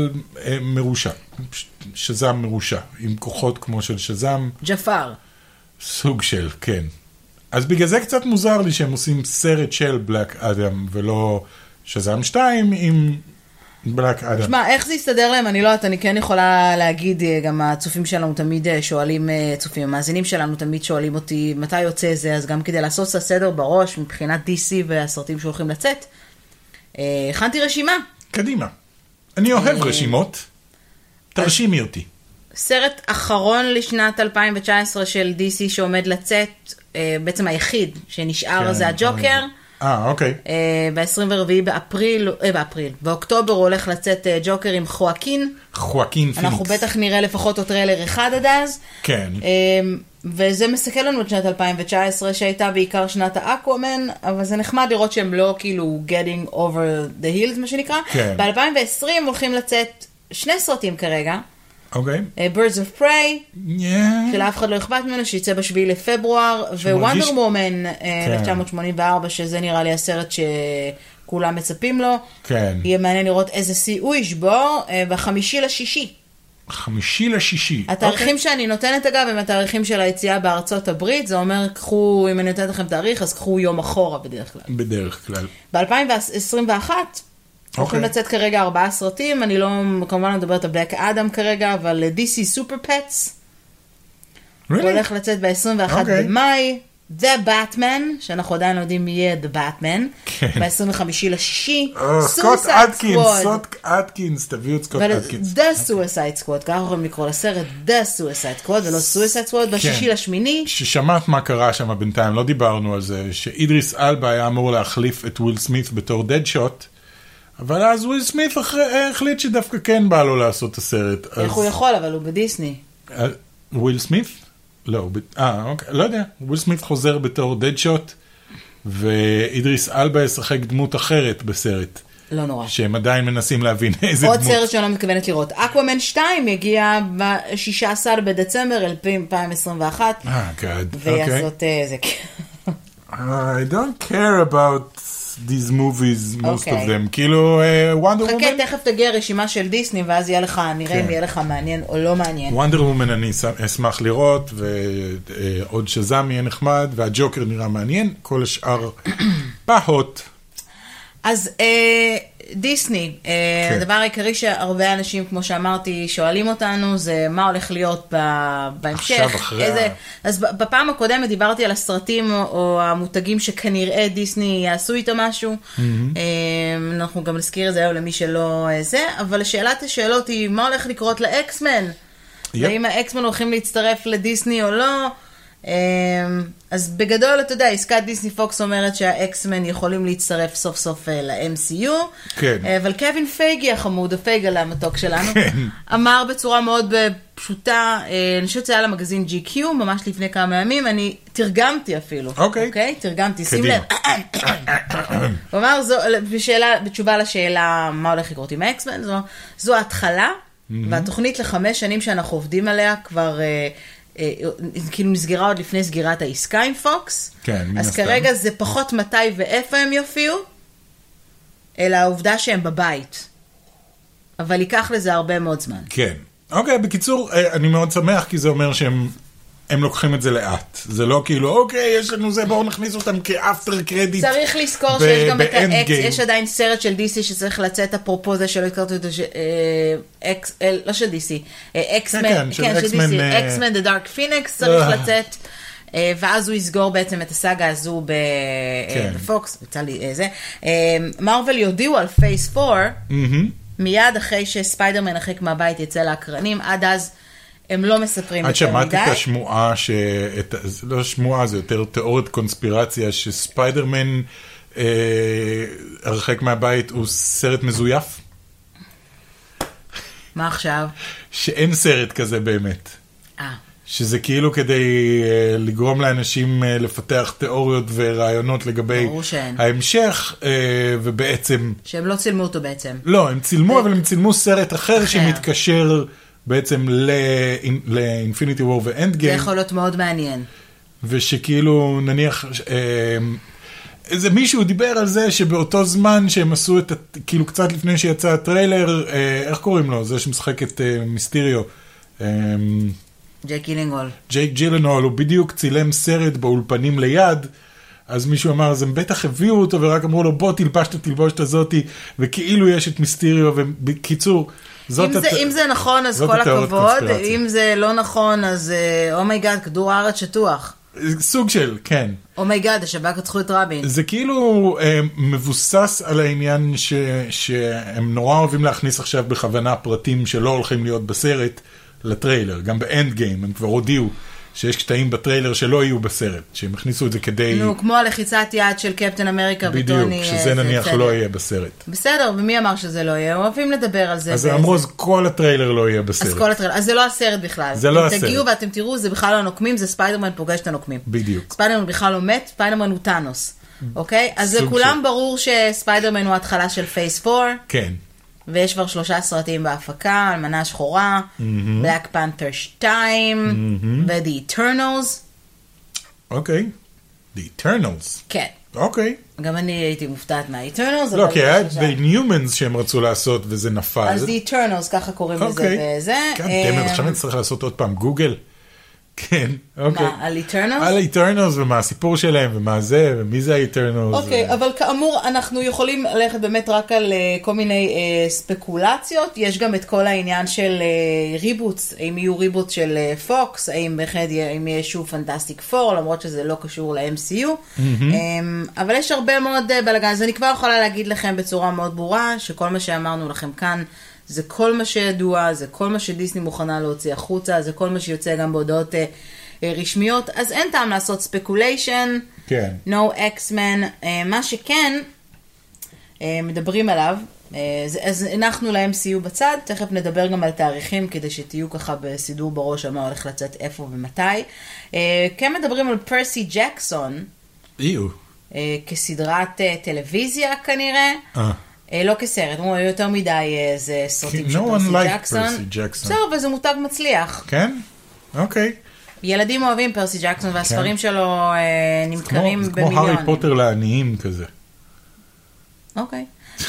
[SPEAKER 2] מרושע, שזם מרושע, עם כוחות כמו של שזם.
[SPEAKER 1] ג'פר.
[SPEAKER 2] סוג של, כן. אז בגלל זה קצת מוזר לי שהם עושים סרט של בלק אדם, ולא שזם שתיים עם בלק אדם.
[SPEAKER 1] שמע, איך זה יסתדר להם? אני לא יודעת, אני כן יכולה להגיד, גם הצופים שלנו תמיד שואלים, צופים, המאזינים שלנו תמיד שואלים אותי, מתי יוצא זה, אז גם כדי לעשות את הסדר בראש, מבחינת די סי והסרטים שהולכים לצאת, הכנתי רשימה.
[SPEAKER 2] קדימה. אני אוהב רשימות. תרשימי אותי.
[SPEAKER 1] סרט אחרון לשנת אלפיים תשע עשרה של די סי שעומד לצאת, בעצם היחיד שנשאר זה הג'וקר.
[SPEAKER 2] אה, אוקיי.
[SPEAKER 1] ב-עשרים וארבעה באפריל, באפריל, באוקטובר הוא הולך לצאת ג'וקר עם חואקין.
[SPEAKER 2] חואקין פיניקס.
[SPEAKER 1] אנחנו בטח נראה לפחות עוד טריילר אחד עד אז.
[SPEAKER 2] כן.
[SPEAKER 1] וזה מסתכל לנו את שנת אלפיים תשע עשרה שהייתה בעיקר שנת האקוומן, אבל זה נחמד לראות שהם לא כאילו getting over the hills מה שנקרא.
[SPEAKER 2] כן.
[SPEAKER 1] ב-אלפיים ועשרים הולכים לצאת שני סרטים כרגע.
[SPEAKER 2] אוקיי.
[SPEAKER 1] Birds of Prey,
[SPEAKER 2] Yeah.
[SPEAKER 1] שלאף אחד לא אכפת ממנו, שיצא בשביעי לפברואר, ווונדר וומן אלף תשע מאות שמונים וארבע, שזה נראה לי הסרט שכולם מצפים לו.
[SPEAKER 2] כן.
[SPEAKER 1] יהיה מעניין לראות איזה שיא הוא ישבור, בחמישי לשישי.
[SPEAKER 2] חמישי לשישי.
[SPEAKER 1] התאריכים שאני נותנת אגב, הם התאריכים של היציאה בארצות הברית, זה אומר, קחו, אם אני נותנת לכם תאריך, אז קחו יום אחורה בדרך כלל.
[SPEAKER 2] בדרך כלל.
[SPEAKER 1] ב-אלפיים עשרים ואחת, הולכים לצאת כרגע ארבעה סרטים, אני לא, כמובן לא מדברת על בלק אדם כרגע, אבל די סי סופר פטס, הוא הולך לצאת ב-עשרים ואחד במאי, The Batman, שאנחנו עדיין לא יודעים מי יהיה The Batman, ב-עשרים וחמישי לשישי,
[SPEAKER 2] סקוט אטקינס, סקוט אטקינס, תביאו את סקוט אטקינס.
[SPEAKER 1] The Suicide Squad, ככה יכולים לקרוא לסרט The Suicide Squad, ולא Suicide Squad, בשישי לשמיני.
[SPEAKER 2] ששמעת מה קרה שם בינתיים, לא דיברנו על זה, שאידריס אלבה היה אמור להחליף את וויל סמית בתור דדשוט, אבל אז וויל סמית החליט שדווקא כן בא לו לעשות את הסרט.
[SPEAKER 1] איך הוא יכול, אבל הוא בדיסני.
[SPEAKER 2] וויל סמית? לא, אה, אוקיי, לא יודע. וויל סמית חוזר בתור דדשוט, ואידריס אלבה ישחק דמות אחרת בסרט.
[SPEAKER 1] לא נורא.
[SPEAKER 2] שהם עדיין מנסים להבין איזה דמות.
[SPEAKER 1] עוד סרט שאני לא מתכוונת לראות. אקוואמן שתיים יגיע ב-שישה עשר בדצמבר אלפיים עשרים ואחת.
[SPEAKER 2] אה, גאד.
[SPEAKER 1] ויעשות זה.
[SPEAKER 2] I don't care about these movies, most of them. כאילו, וונדר וומן.
[SPEAKER 1] חכה, תכף תגיע רשימה של דיסני, ואז יהיה לך, נראה אם יהיה לך מעניין או לא מעניין.
[SPEAKER 2] וונדר וומן אני אשמח לראות, ועוד שזם יהיה נחמד, והג'וקר נראה מעניין, כל השאר פחות.
[SPEAKER 1] אז דיסני, הדבר העיקרי שהרבה אנשים, כמו שאמרתי, שואלים אותנו, זה מה הולך להיות בהמשך.
[SPEAKER 2] עכשיו אחרי.
[SPEAKER 1] אז בפעם הקודמת דיברתי על הסרטים או המותגים שכנראה דיסני יעשו איתו משהו. אנחנו גם נזכיר את זה היום למי שלא זה, אבל השאלת השאלות היא, מה הולך לקרות לאקסמן? ואם האקסמן הולכים להצטרף לדיסני או לא? אז בגדול, אתה יודע, עסקת דיסני פוקס אומרת שהאקסמן יכולים להצטרף סוף סוף ל-אם סי יו,
[SPEAKER 2] כן.
[SPEAKER 1] אבל קווין פייגי החמוד, הפייגל המתוק שלנו, כן. אמר בצורה מאוד פשוטה, אני חושבת שזה היה למגזין ג'י קיו, ממש לפני כמה ימים, אני תרגמתי אפילו.
[SPEAKER 2] אוקיי.
[SPEAKER 1] אוקיי? תרגמתי, שים לב. הוא אמר, זו, בשאלה, בתשובה לשאלה מה הולך לקרות עם האקסמן, זו, זו ההתחלה, mm-hmm. והתוכנית לחמש שנים שאנחנו עובדים עליה כבר... כאילו נסגרה עוד לפני סגירת העסקה עם פוקס,
[SPEAKER 2] כן,
[SPEAKER 1] אז כרגע זה פחות מתי ואיפה הם יופיעו, אלא העובדה שהם בבית, אבל ייקח לזה הרבה מאוד זמן.
[SPEAKER 2] כן, אוקיי, בקיצור, אני מאוד שמח, כי זה אומר שהם הם לוקחים את זה לאט, זה לא כאילו, אוקיי, יש לנו זה, בואו נכניס אותם כאפטר קרדיט.
[SPEAKER 1] צריך לזכור שיש גם את האקס, יש עדיין סרט של די סי שצריך לצאת, אפרופו זה שלא הכרתי אותו, לא של די סי, אקסמן, כן, של די סי, אקסמן, The Dark Phoenix צריך לצאת, ואז הוא יסגור בעצם את הסאגה הזו בפוקס, יצא לי זה. מרוול יודיעו על פייס ארבע, מיד אחרי שספיידרמן הרחק מהבית יצא להקרנים, עד אז הם לא מספרים
[SPEAKER 2] יותר מדי. עד שמעתי את השמועה, לא שמועה, זה יותר תיאוריית קונספירציה, שספיידרמן הרחק מהבית הוא סרט מזויף.
[SPEAKER 1] מה עכשיו?
[SPEAKER 2] שאין סרט כזה באמת.
[SPEAKER 1] אה.
[SPEAKER 2] שזה כאילו כדי לגרום לאנשים לפתח תיאוריות ורעיונות לגבי ההמשך, ובעצם...
[SPEAKER 1] שהם לא צילמו אותו בעצם.
[SPEAKER 2] לא, הם צילמו, אבל הם צילמו סרט אחר שמתקשר בעצם לאינפיניטי וור ואנד גיים.
[SPEAKER 1] זה יכול להיות מאוד מעניין.
[SPEAKER 2] ושכאילו נניח... איזה מישהו דיבר על זה שבאותו זמן שהם עשו את, כאילו קצת לפני שיצא הטריילר, איך קוראים לו? זה שמשחק את מיסטריו.
[SPEAKER 1] ג'ייק גילנהול.
[SPEAKER 2] ג'ייק גילנהול, הוא בדיוק צילם סרט באולפנים ליד, אז מישהו אמר, אז הם בטח הביאו אותו, ורק אמרו לו, בוא תלבש את התלבושת הזאת, וכאילו יש את מיסטריו, ובקיצור, זאת
[SPEAKER 1] אם, הת... זה, אם זה נכון, אז כל הכבוד, אם זה לא נכון, אז אומייגאד, כדור הארץ שטוח.
[SPEAKER 2] סוג של, כן.
[SPEAKER 1] אומייגאד, השב"כ רצחו את רבין.
[SPEAKER 2] זה כאילו אה, מבוסס על העניין ש, שהם נורא אוהבים להכניס עכשיו בכוונה פרטים שלא הולכים להיות בסרט לטריילר. גם באנד גיים הם כבר הודיעו שיש קטעים בטריילר שלא יהיו בסרט, שהם הכניסו את זה כדי...
[SPEAKER 1] נו, כמו הלחיצת יד של קפטן אמריקה וטוני...
[SPEAKER 2] בדיוק, שזה נניח
[SPEAKER 1] בסדר.
[SPEAKER 2] לא יהיה בסרט.
[SPEAKER 1] בסדר, ומי אמר שזה לא יהיה? אוהבים לדבר על זה.
[SPEAKER 2] אז אמרו, אז כל הטריילר לא יהיה בסרט.
[SPEAKER 1] אז כל הטריילר, אז זה לא הסרט בכלל.
[SPEAKER 2] זה לא הסרט.
[SPEAKER 1] אם תגיעו ואתם תראו, זה בכלל לא הנוקמים, זה ספיידרמן פוגש את הנוקמים.
[SPEAKER 2] בדיוק.
[SPEAKER 1] ספיידרמן בכלל לא מת, ספיידרמן הוא טאנוס. אוקיי? אז לכולם ברור שספיידרמן הוא ההתחלה של פייס ארבע.
[SPEAKER 2] כן.
[SPEAKER 1] ויש כבר שלושה סרטים בהפקה, אלמנה שחורה, בלק פנת'ר שתיים, ו-The Eternals.
[SPEAKER 2] אוקיי. The Eternals.
[SPEAKER 1] כן.
[SPEAKER 2] אוקיי.
[SPEAKER 1] גם אני הייתי מופתעת מה-Eternals.
[SPEAKER 2] לא, כי היה את The Inhumans שהם רצו לעשות, וזה נפל.
[SPEAKER 1] אז The Eternals, ככה קוראים לזה וזה.
[SPEAKER 2] כן, עכשיו אני צריך לעשות עוד פעם גוגל. כן, אוקיי.
[SPEAKER 1] מה, על Eternals?
[SPEAKER 2] על Eternals ומה הסיפור שלהם ומה זה ומי זה ה-Eternals.
[SPEAKER 1] אוקיי, אבל כאמור אנחנו יכולים ללכת באמת רק על כל מיני ספקולציות. יש גם את כל העניין של ריבוטס, האם יהיו ריבוטס של פוקס, האם בהחלט יהיה שוב פנטסטיק פור, למרות שזה לא קשור ל-אם סי יו. אבל יש הרבה מאוד בלגן, אז אני כבר יכולה להגיד לכם בצורה מאוד ברורה, שכל מה שאמרנו לכם כאן, זה כל מה שידוע, זה כל מה שדיסני מוכנה להוציא החוצה, זה כל מה שיוצא גם בהודעות אה, אה, רשמיות, אז אין טעם לעשות ספקוליישן,
[SPEAKER 2] כן.
[SPEAKER 1] no X-Men, אה, מה שכן אה, מדברים עליו, אה, אז, אז אנחנו ל-אם סי יו בצד, תכף נדבר גם על תאריכים, כדי שתהיו ככה בסידור בראש, מה הולך לצאת איפה ומתי. אה, כן מדברים על פרסי ג'קסון,
[SPEAKER 2] איו.
[SPEAKER 1] אה, כסדרת אה, טלוויזיה כנראה,
[SPEAKER 2] אה.
[SPEAKER 1] לא כסרט, הוא יותר מדי איזה סרטים של פרסי ג'קסון. בסדר, וזה מותג מצליח.
[SPEAKER 2] כן? אוקיי.
[SPEAKER 1] ילדים אוהבים פרסי ג'קסון, והספרים שלו נמכרים במיליונים.
[SPEAKER 2] זה כמו הארי פוטר לעניים כזה.
[SPEAKER 1] אוקיי.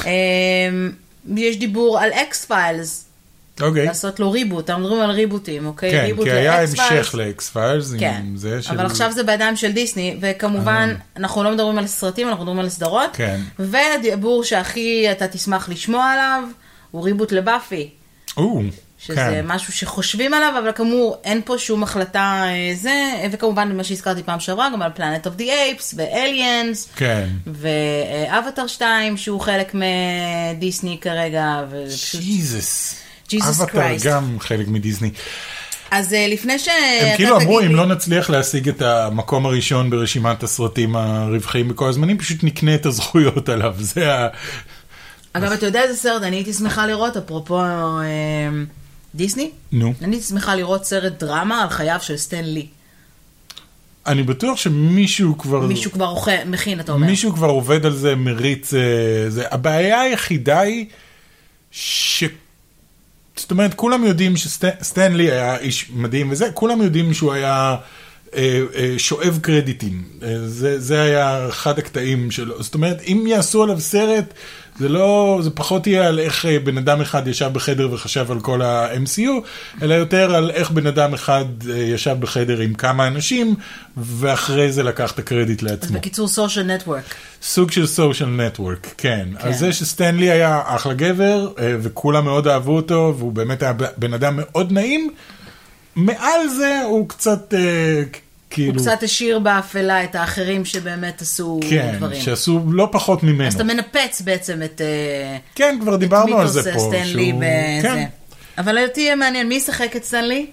[SPEAKER 1] יש דיבור על אקס פיילס.
[SPEAKER 2] אוקיי.
[SPEAKER 1] לעשות לו ריבוט, אנחנו מדברים על ריבוטים, אוקיי?
[SPEAKER 2] כן, כי היה המשך לאקס פיילס.
[SPEAKER 1] כן, אבל עכשיו זה בידיים של דיסני, וכמובן אנחנו לא מדברים על סרטים, אנחנו מדברים על סדרות.
[SPEAKER 2] כן.
[SPEAKER 1] והדיבור שהכי אתה תשמח לשמוע עליו, הוא ריבוט לבאפי.
[SPEAKER 2] או,
[SPEAKER 1] שזה כן. משהו שחושבים עליו, אבל כאמור אין פה שום החלטה זה, וכמובן מה שהזכרתי פעם שעברה, גם על Planet of the Apes ו-Aliens,
[SPEAKER 2] כן.
[SPEAKER 1] ואבטר שתיים, שהוא חלק מדיסני כרגע,
[SPEAKER 2] ג'יזוס.
[SPEAKER 1] ג'יזוס קרייסט.
[SPEAKER 2] אבטר גם חלק מדיסני.
[SPEAKER 1] אז לפני ש...
[SPEAKER 2] הם כאילו אמרו, אם לא נצליח להשיג את המקום הראשון ברשימת הסרטים הרווחיים בכל הזמנים, פשוט נקנה את הזכויות עליו, זה ה...
[SPEAKER 1] אגב, אתה יודע איזה סרט, אני הייתי שמחה לראות, אפרופו דיסני?
[SPEAKER 2] נו. אני
[SPEAKER 1] הייתי שמחה לראות סרט דרמה על חייו של סטן לי.
[SPEAKER 2] אני בטוח שמישהו כבר...
[SPEAKER 1] מישהו כבר מכין, אתה אומר.
[SPEAKER 2] מישהו כבר עובד על זה, מריץ... זה. הבעיה היחידה היא ש... זאת אומרת, כולם יודעים שסטן לי היה איש מדהים וזה, כולם יודעים שהוא היה אה, אה, שואב קרדיטים. אה, זה, זה היה אחד הקטעים שלו. זאת אומרת, אם יעשו עליו סרט, זה לא, זה פחות יהיה על איך בן אדם אחד ישב בחדר וחשב על כל ה-אם סי יו, אלא יותר על איך בן אדם אחד ישב בחדר עם כמה אנשים, ואחרי זה לקח את הקרדיט לעצמו.
[SPEAKER 1] אז בקיצור, social network.
[SPEAKER 2] סוג של social network, כן. כן. אז זה שסטנלי היה אחלה גבר, וכולם מאוד אהבו אותו, והוא באמת היה בן אדם מאוד נעים, מעל זה הוא קצת... כאילו...
[SPEAKER 1] הוא קצת השאיר באפלה את האחרים שבאמת עשו
[SPEAKER 2] כן,
[SPEAKER 1] דברים.
[SPEAKER 2] כן, שעשו לא פחות ממנו.
[SPEAKER 1] אז אתה מנפץ בעצם את...
[SPEAKER 2] כן, כבר דיברנו על זה פה.
[SPEAKER 1] את מיתוס סטנלי
[SPEAKER 2] שהוא...
[SPEAKER 1] בזה.
[SPEAKER 2] כן.
[SPEAKER 1] אבל תהיה מעניין, מי ישחק את סטנלי?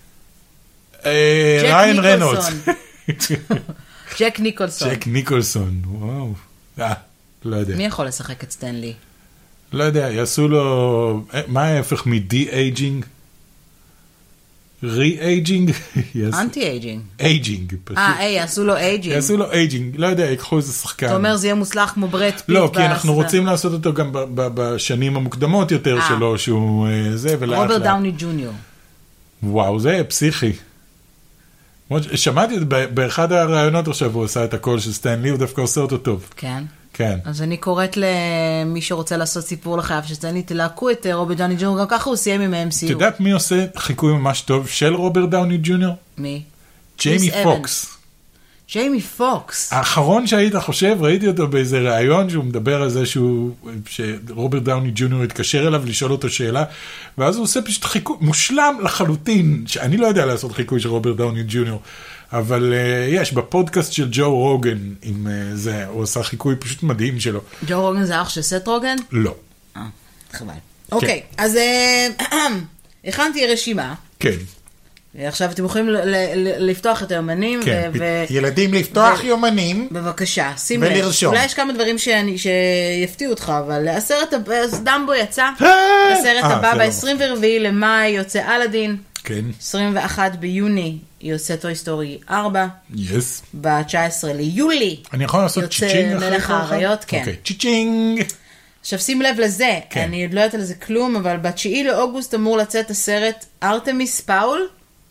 [SPEAKER 2] ריין רנולדס.
[SPEAKER 1] ג'ק ניקולסון.
[SPEAKER 2] ג'ק ניקולסון, וואו. אה, לא יודע.
[SPEAKER 1] מי יכול לשחק את סטנלי?
[SPEAKER 2] לא יודע, יעשו לו... מה ההפך מדי-אייג'ינג? רי-אייג'ינג?
[SPEAKER 1] אנטי-אייג'ינג.
[SPEAKER 2] אייג'ינג.
[SPEAKER 1] אה, איי, יעשו לו אייג'ינג.
[SPEAKER 2] יעשו לו אייג'ינג, לא יודע, יקחו איזה שחקן.
[SPEAKER 1] אתה אומר, זה יהיה מוצלח כמו ברד פיט.
[SPEAKER 2] לא, כי אנחנו רוצים לעשות אותו גם בשנים המוקדמות יותר שלו, שהוא זה, ולאט לאט.
[SPEAKER 1] רוברט דאוני ג'וניור.
[SPEAKER 2] וואו, זה פסיכי. שמעתי באחד הרעיונות עכשיו, הוא עושה את הקול של סטן לי, הוא דווקא עושה אותו טוב.
[SPEAKER 1] כן.
[SPEAKER 2] כן.
[SPEAKER 1] אז אני קוראת למי שרוצה לעשות סיפור לחייו של סטן לי, תלהקו את רוברט דאוני ג'וניור, גם ככה הוא סיים עם ה-אם סי יו.
[SPEAKER 2] אתה יודעת מי עושה חיקוי ממש טוב של רוברט דאוני ג'וניור?
[SPEAKER 1] מי?
[SPEAKER 2] ג'יימי פוקס.
[SPEAKER 1] ג'יימי פוקס.
[SPEAKER 2] האחרון שהיית חושב, ראיתי אותו באיזה ראיון שהוא מדבר על זה שהוא, שרוברט דאוני ג'וניור התקשר אליו לשאול אותו שאלה, ואז הוא עושה פשוט חיקוי מושלם לחלוטין, שאני לא יודע לעשות חיקוי של רוברט דאוני ג'וניור, אבל uh, יש, בפודקאסט של ג'ו רוגן, עם uh, זה, הוא עשה חיקוי פשוט מדהים שלו.
[SPEAKER 1] ג'ו רוגן זה אח של סט רוגן?
[SPEAKER 2] לא.
[SPEAKER 1] אה, חבל. אוקיי, אז הכנתי רשימה.
[SPEAKER 2] כן.
[SPEAKER 1] עכשיו אתם יכולים לפתוח את היומנים.
[SPEAKER 2] כן, ילדים לפתוח יומנים.
[SPEAKER 1] בבקשה, שים לב.
[SPEAKER 2] ולרשום.
[SPEAKER 1] אולי יש כמה דברים שיפתיעו אותך, אבל הסרט, דמבו יצא. הסרט הבא ב-עשרים וארבעה למאי יוצא אלאדין.
[SPEAKER 2] כן.
[SPEAKER 1] עשרים ואחד ביוני יוצא טוי סטורי ארבע.
[SPEAKER 2] יס.
[SPEAKER 1] ב-תשעה עשר ליולי.
[SPEAKER 2] אני יכול לעשות צ'יצ'ינג
[SPEAKER 1] אחרי מלך האריות, כן.
[SPEAKER 2] אוקיי, צ'יצ'ינג.
[SPEAKER 1] עכשיו שים לב לזה,
[SPEAKER 2] כן.
[SPEAKER 1] אני עוד לא יודעת על זה כלום, אבל ב-תשיעי לאוגוסט אמור לצאת הסרט ארתמיס פאול.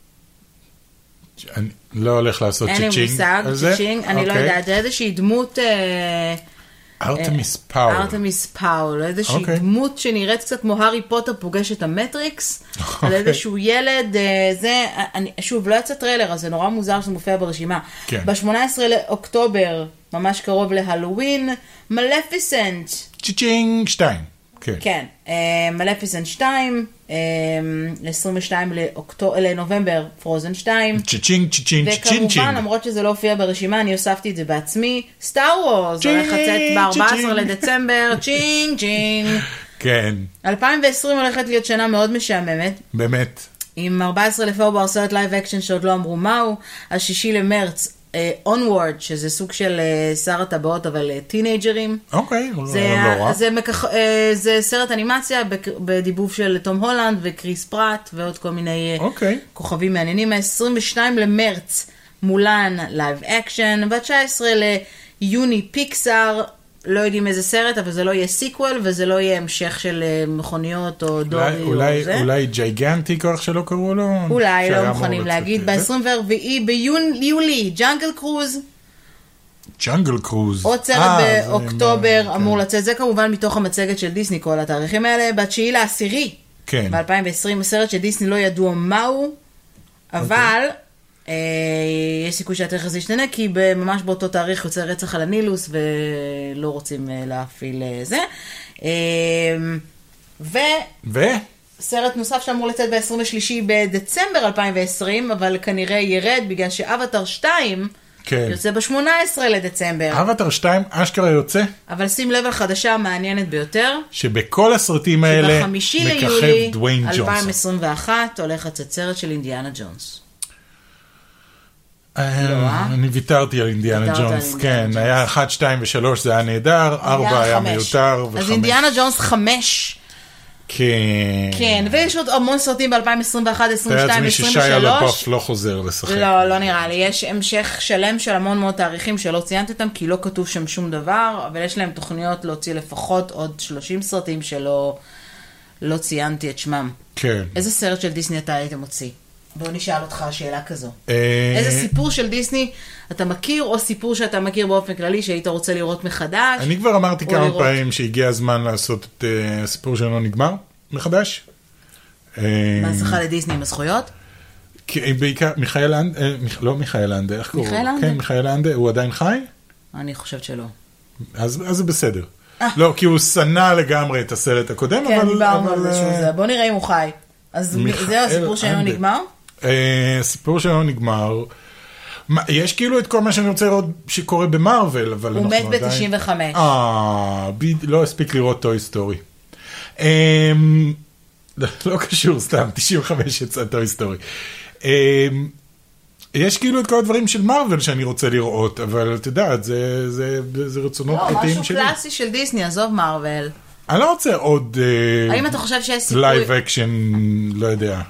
[SPEAKER 2] אני לא הולך לעשות צ'יצ'ינג.
[SPEAKER 1] אין לי מושג, צ'יצ'ינג, אני לא יודעת, זה איזושהי דמות...
[SPEAKER 2] ארתמיס פאול.
[SPEAKER 1] ארתמיס פאול, איזושהי דמות שנראית קצת כמו הארי פוטר פוגש את המטריקס, על איזשהו ילד, זה, שוב, לא יצא טריילר, אז זה נורא מוזר שזה מופיע ברשימה. ב-שמונה עשרה לאוקטובר, ממש קרוב להלווין, מלפיסנט.
[SPEAKER 2] צ'יצ'ינג שתיים.
[SPEAKER 1] כן, מלפיסנט שתיים, עשרים ושניים לנובמבר, פרוזן שתיים.
[SPEAKER 2] צ'יצ'ינג, צ'יצ'ינג, צ'יצ'ינג.
[SPEAKER 1] וכמובן, למרות שזה לא הופיע ברשימה, אני הוספתי את זה בעצמי. סטאר וורס, הולך לצאת ב-ארבעה עשר לדצמבר, צ'ינג, צ'ינג.
[SPEAKER 2] כן.
[SPEAKER 1] אלפיים ועשרים הולכת להיות שנה מאוד משעממת.
[SPEAKER 2] באמת.
[SPEAKER 1] עם ארבעה עשר לפברואר, סרט לייב אקשן שעוד לא אמרו מהו. השישי למרץ, Onward, שזה סוג של שר הטבעות, אבל טינג'רים.
[SPEAKER 2] אוקיי, לא רע.
[SPEAKER 1] זה סרט אנימציה בדיבוב של תום הולנד וקריס פרט ועוד כל מיני כוכבים מעניינים. ה-עשרים ושניים למרץ מולן לייב אקשן, ב-תשעה עשר ליוני פיקסאר, לא יודעים איזה סרט, אבל זה לא יהיה סיקוול, וזה לא יהיה המשך של מכוניות או דורי או זה.
[SPEAKER 2] אולי ג'ייגנטיק, או איך שלא קראו לו?
[SPEAKER 1] אולי, לא מוכנים להגיד. ב-עשרים וארבעה ביולי, ג'אנגל קרוז.
[SPEAKER 2] ג'אנגל קרוז.
[SPEAKER 1] עוד סרט באוקטובר אמור לצאת. זה כמובן מתוך המצגת של דיסני, כל התאריכים האלה. בתשיעי לעשירי, ב-אלפיים ועשרים, הסרט של דיסני לא ידוע מהו, אבל... יש סיכוי שהתאריך הזה ישתנה, כי ממש באותו תאריך יוצא רצח על הנילוס, ולא רוצים להפעיל זה. וסרט נוסף שאמור לצאת ב-עשרים ושלושה בדצמבר אלפיים ועשרים, אבל כנראה ירד, בגלל שאבטר שתיים יוצא ב-שמונה עשרה לדצמבר.
[SPEAKER 2] אבטר שתיים אשכרה יוצא.
[SPEAKER 1] אבל שים לב על חדשה מעניינת ביותר.
[SPEAKER 2] שבכל הסרטים האלה
[SPEAKER 1] שבחמישי ליולי אלפיים עשרים ואחת הולך לצאת סרט של אינדיאנה ג'ונס.
[SPEAKER 2] אני ויתרתי על אינדיאנה ג'ונס, כן, היה אחת, שתיים ושלוש זה היה נהדר, ארבע היה מיותר וחמש.
[SPEAKER 1] אז אינדיאנה ג'ונס חמש.
[SPEAKER 2] כן.
[SPEAKER 1] כן, ויש עוד המון סרטים ב-אלפיים עשרים ואחת, עשרים ושתיים, עשרים ושלוש.
[SPEAKER 2] ששי לבוף לא חוזר לשחק.
[SPEAKER 1] לא, לא נראה לי, יש המשך שלם של המון מאוד תאריכים שלא ציינתי אותם, כי לא כתוב שם שום דבר, אבל יש להם תוכניות להוציא לפחות עוד שלושים סרטים שלא לא ציינתי את שמם.
[SPEAKER 2] כן.
[SPEAKER 1] איזה סרט של דיסני אתה היית מוציא? בוא נשאל אותך שאלה כזו. איזה סיפור של דיסני אתה מכיר, או סיפור שאתה מכיר באופן כללי, שהיית רוצה לראות מחדש?
[SPEAKER 2] אני כבר אמרתי כמה פעמים שהגיע הזמן לעשות את הסיפור שלא נגמר מחדש.
[SPEAKER 1] בהצלחה לדיסני עם הזכויות?
[SPEAKER 2] בעיקר מיכאל אנדה, לא מיכאל אנדה, איך קוראים?
[SPEAKER 1] מיכאל אנדה?
[SPEAKER 2] כן, מיכאל אנדה, הוא עדיין חי?
[SPEAKER 1] אני חושבת שלא.
[SPEAKER 2] אז זה בסדר. לא, כי הוא שנא לגמרי את הסרט הקודם, אבל...
[SPEAKER 1] כן, דיברנו על זה שהוא זה. בוא נראה אם הוא חי. אז זהו הסיפור שלא נגמר?
[SPEAKER 2] הסיפור שלא נגמר. יש כאילו את כל מה שאני רוצה לראות שקורה במרוול, אבל
[SPEAKER 1] הוא מת ב-תשעים וחמש.
[SPEAKER 2] אה, לא הספיק לראות טוי סטורי. לא קשור סתם, תשעים וחמש יצא טוי סטורי. יש כאילו את כל הדברים של מרוול שאני רוצה לראות, אבל את יודעת, זה רצונות פרטיים שלי.
[SPEAKER 1] לא, משהו קלאסי של דיסני, עזוב מרוול.
[SPEAKER 2] אני לא רוצה עוד...
[SPEAKER 1] האם אתה חושב שיש סיפור...
[SPEAKER 2] לייב אקשן, לא יודע,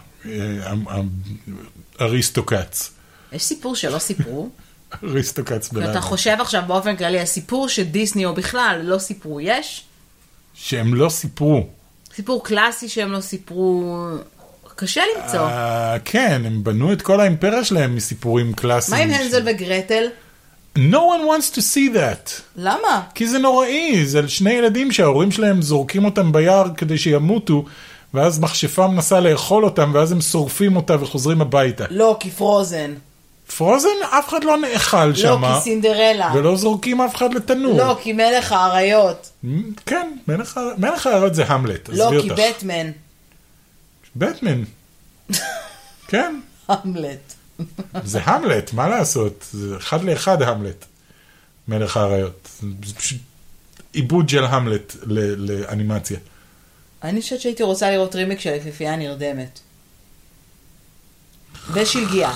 [SPEAKER 2] אריסטוקאץ.
[SPEAKER 1] יש סיפור שלא סיפרו?
[SPEAKER 2] אריסטוקאץ בלייב.
[SPEAKER 1] אתה חושב עכשיו באופן כללי, הסיפור של דיסני או בכלל לא סיפרו, יש?
[SPEAKER 2] שהם לא סיפרו.
[SPEAKER 1] סיפור קלאסי שהם לא סיפרו... קשה למצוא.
[SPEAKER 2] כן, הם בנו את כל האימפריה שלהם מסיפורים קלאסיים.
[SPEAKER 1] מה עם הנזל וגרטל?
[SPEAKER 2] No one wants to see that.
[SPEAKER 1] למה?
[SPEAKER 2] כי זה נוראי, זה שני ילדים שההורים שלהם זורקים אותם ביער כדי שימותו, ואז מכשפה מנסה לאכול אותם, ואז הם שורפים אותה וחוזרים הביתה.
[SPEAKER 1] לא, כי פרוזן.
[SPEAKER 2] פרוזן אף אחד לא נאכל שם.
[SPEAKER 1] לא, כי סינדרלה.
[SPEAKER 2] ולא זורקים אף אחד לתנור.
[SPEAKER 1] לא, כי מלך האריות.
[SPEAKER 2] כן, מלך, מלך האריות זה המלט.
[SPEAKER 1] לא, כי אותך. בטמן.
[SPEAKER 2] בטמן. כן.
[SPEAKER 1] המלט.
[SPEAKER 2] זה המלט, מה לעשות? זה אחד לאחד המלט. מלך האריות. זה פשוט עיבוד של המלט לאנימציה.
[SPEAKER 1] אני חושבת שהייתי רוצה לראות רימיק של יפיפייה נרדמת. ושלגיה.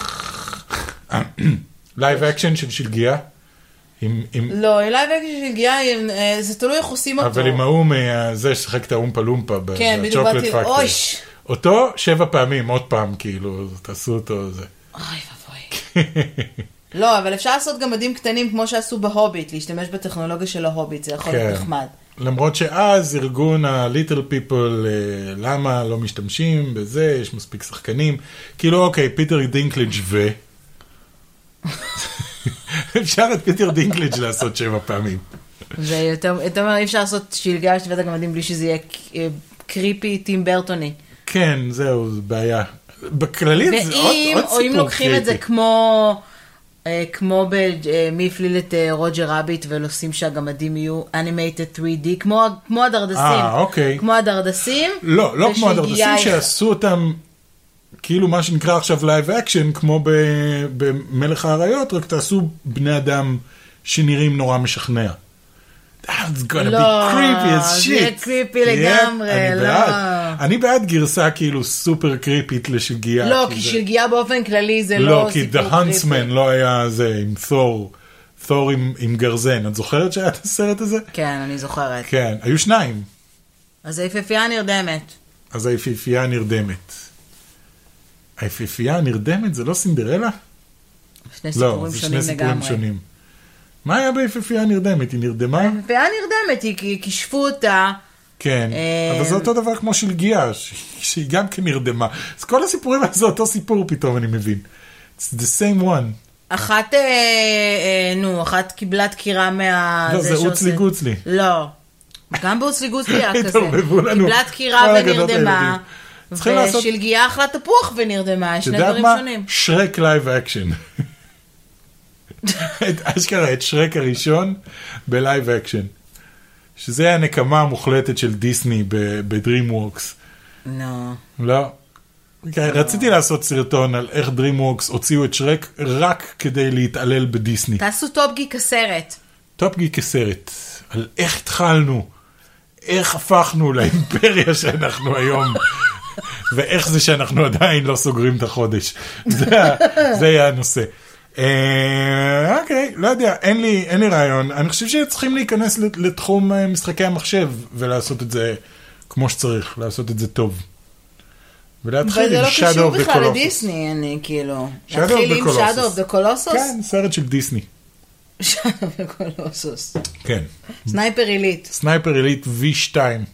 [SPEAKER 2] לייב אקשן של שלגיה?
[SPEAKER 1] לא, לייב אקשן של שלגיה, זה תלוי איך עושים אותו.
[SPEAKER 2] אבל עם האום, זה שחק את האומפה לומפה בצ'וקלט פקטורי. אותו שבע פעמים, עוד פעם, כאילו, תעשו אותו זה.
[SPEAKER 1] אוי ובוי. לא, אבל אפשר לעשות גם מדים קטנים כמו שעשו בהוביט, להשתמש בטכנולוגיה של ההוביט, זה יכול להיות נחמד.
[SPEAKER 2] למרות שאז ארגון ה-Little People, למה לא משתמשים בזה, יש מספיק שחקנים, כאילו אוקיי, פיטר דינקליג' ו... אפשר את פיטר דינקליג' לעשות שבע פעמים.
[SPEAKER 1] זה יותר, אתה אומר, אי אפשר לעשות שלגיה שתבאת הגמדים בלי שזה יהיה קריפי טים ברטוני.
[SPEAKER 2] כן, זהו, זה בעיה. בכללית זה עוד סיפור קריטי.
[SPEAKER 1] או אם לוקחים את זה כמו... כמו במי הפליל את רוג'ר רביט ולעושים שהגמדים יהיו animated תרי די, כמו, כמו הדרדסים.
[SPEAKER 2] אה, אוקיי.
[SPEAKER 1] כמו הדרדסים.
[SPEAKER 2] לא, לא כמו הדרדסים שעשו אותם, כאילו מה שנקרא עכשיו לייב אקשן, כמו במלך האריות, רק תעשו בני אדם שנראים נורא משכנע. That's gonna
[SPEAKER 1] לא,
[SPEAKER 2] be creepy as shit.
[SPEAKER 1] זה יהיה קריפי לגמרי,
[SPEAKER 2] אני
[SPEAKER 1] לא.
[SPEAKER 2] בעד. אני בעד גרסה כאילו סופר קריפית לשלגיה.
[SPEAKER 1] לא, כי, כי זה... שלגיה באופן כללי זה לא,
[SPEAKER 2] לא סיפור קריפי. לא, כי The Huntsman לא היה זה עם תור, תור עם, עם גרזן. את זוכרת שהיה את הסרט הזה?
[SPEAKER 1] כן, אני זוכרת.
[SPEAKER 2] כן, היו שניים.
[SPEAKER 1] אז היפיפייה נרדמת.
[SPEAKER 2] אז היפיפייה נרדמת. היפיפייה נרדמת זה לא סינדרלה?
[SPEAKER 1] שני סיפורים
[SPEAKER 2] לא, זה
[SPEAKER 1] שונים
[SPEAKER 2] שני סיפורים
[SPEAKER 1] לגמרי.
[SPEAKER 2] שונים. מה היה ביפיפייה נרדמת? היא נרדמה?
[SPEAKER 1] היפיפייה נרדמת, היא כישפו אותה.
[SPEAKER 2] כן, אבל זה אותו דבר כמו שלגיה, שהיא גם כן נרדמה. אז כל הסיפורים זה אותו סיפור פתאום, אני מבין. It's the same one.
[SPEAKER 1] אחת, נו, אחת קיבלה דקירה מה...
[SPEAKER 2] לא, זה אוצלי גוצלי.
[SPEAKER 1] לא, גם באוצלי גוצלי היה כזה.
[SPEAKER 2] התערבבו לנו.
[SPEAKER 1] קיבלה דקירה ונרדמה, ושלגיה אכלה תפוח ונרדמה, שני דברים שונים.
[SPEAKER 2] שרק לייב אקשן. אשכרה, את שרק הראשון בלייב אקשן. שזה הנקמה המוחלטת של דיסני בדרימוורקס.
[SPEAKER 1] לא.
[SPEAKER 2] לא. רציתי לעשות סרטון על איך דרימוורקס הוציאו את שרק רק כדי להתעלל בדיסני.
[SPEAKER 1] תעשו טופגי כסרט.
[SPEAKER 2] טופגי כסרט. על איך התחלנו, איך הפכנו לאימפריה שאנחנו היום, ואיך זה שאנחנו עדיין לא סוגרים את החודש. זה היה הנושא. אוקיי, לא יודע, אין לי, אין לי רעיון. אני חושב שצריכים להיכנס לתחום משחקי המחשב ולעשות את זה כמו שצריך, לעשות את זה טוב. ולהתחיל עם Shadow of the Colossus.
[SPEAKER 1] וזה לא קשור בכלל לדיסני, אני כאילו... להתחיל עם Shadow of the Colossus?
[SPEAKER 2] כן, סרט של דיסני.
[SPEAKER 1] Shadow of the Colossus.
[SPEAKER 2] כן.
[SPEAKER 1] סנייפר עילית.
[SPEAKER 2] סנייפר עילית וי שתיים.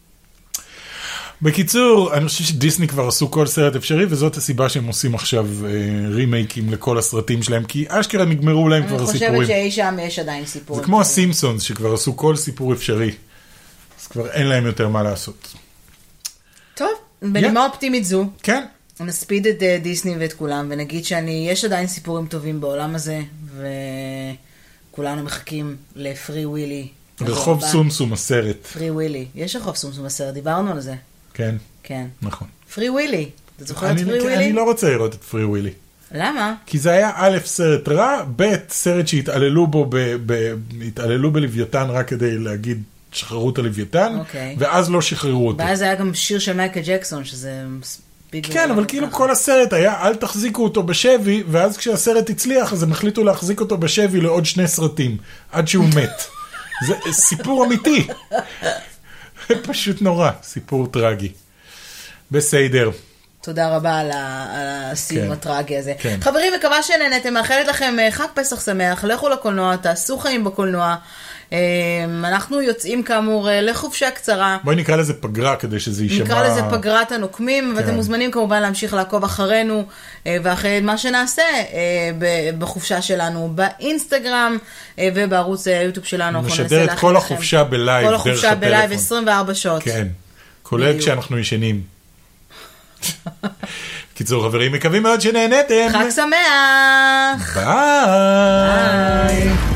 [SPEAKER 2] בקיצור, אני חושב שדיסני כבר עשו כל סרט אפשרי, וזאת הסיבה שהם עושים עכשיו רימייקים לכל הסרטים שלהם, כי אשכרה נגמרו להם כבר סיפורים.
[SPEAKER 1] אני חושבת שאי שם יש עדיין סיפורים.
[SPEAKER 2] זה כמו הסימפסונס, שכבר עשו כל סיפור אפשרי. אז כבר אין להם יותר מה לעשות.
[SPEAKER 1] טוב, בנימה אופטימית זו.
[SPEAKER 2] כן.
[SPEAKER 1] נספיד את דיסני ואת כולם, ונגיד שאני, יש עדיין סיפורים טובים בעולם הזה, וכולנו מחכים לפרי ווילי.
[SPEAKER 2] רחוב סומסום הסרט.
[SPEAKER 1] פרי ווילי. יש רחוב סומסום הסרט, דיברנו על זה.
[SPEAKER 2] כן.
[SPEAKER 1] כן.
[SPEAKER 2] נכון.
[SPEAKER 1] פרי ווילי. אתה זוכר את פרי ווילי?
[SPEAKER 2] אני לא רוצה לראות את פרי ווילי.
[SPEAKER 1] למה?
[SPEAKER 2] כי זה היה א', סרט רע, ב', סרט שהתעללו בו, התעללו בלוויתן רק כדי להגיד שחררו את הלוויתן, ואז לא שחררו אותו.
[SPEAKER 1] ואז היה גם שיר של מייקל ג'קסון, שזה...
[SPEAKER 2] כן, אבל כאילו כל הסרט היה, אל תחזיקו אותו בשבי, ואז כשהסרט הצליח, אז הם החליטו להחזיק אותו בשבי לעוד שני סרטים, עד שהוא מת. זה סיפור אמיתי. פשוט נורא, סיפור טרגי. בסדר.
[SPEAKER 1] תודה רבה על הסיום כן. הטרגי הזה.
[SPEAKER 2] כן.
[SPEAKER 1] חברים, מקווה שנהנתם, מאחלת לכם חג פסח שמח, לכו לקולנוע, תעשו חיים בקולנוע, אנחנו יוצאים כאמור לחופשה קצרה.
[SPEAKER 2] בואי נקרא לזה פגרה כדי שזה יישמע.
[SPEAKER 1] נקרא לזה פגרת הנוקמים,
[SPEAKER 2] כן.
[SPEAKER 1] ואתם מוזמנים כמובן להמשיך לעקוב אחרינו, ואחרי מה שנעשה בחופשה שלנו באינסטגרם, ובערוץ היוטיוב שלנו.
[SPEAKER 2] נשדר את כל החופשה בלייב,
[SPEAKER 1] כל החופשה בלייב עשרים וארבע שעות.
[SPEAKER 2] כן, כולל כשאנחנו ישנים. קיצור חברים, מקווים מאוד שנהנתם.
[SPEAKER 1] חג שמח.
[SPEAKER 2] ביי.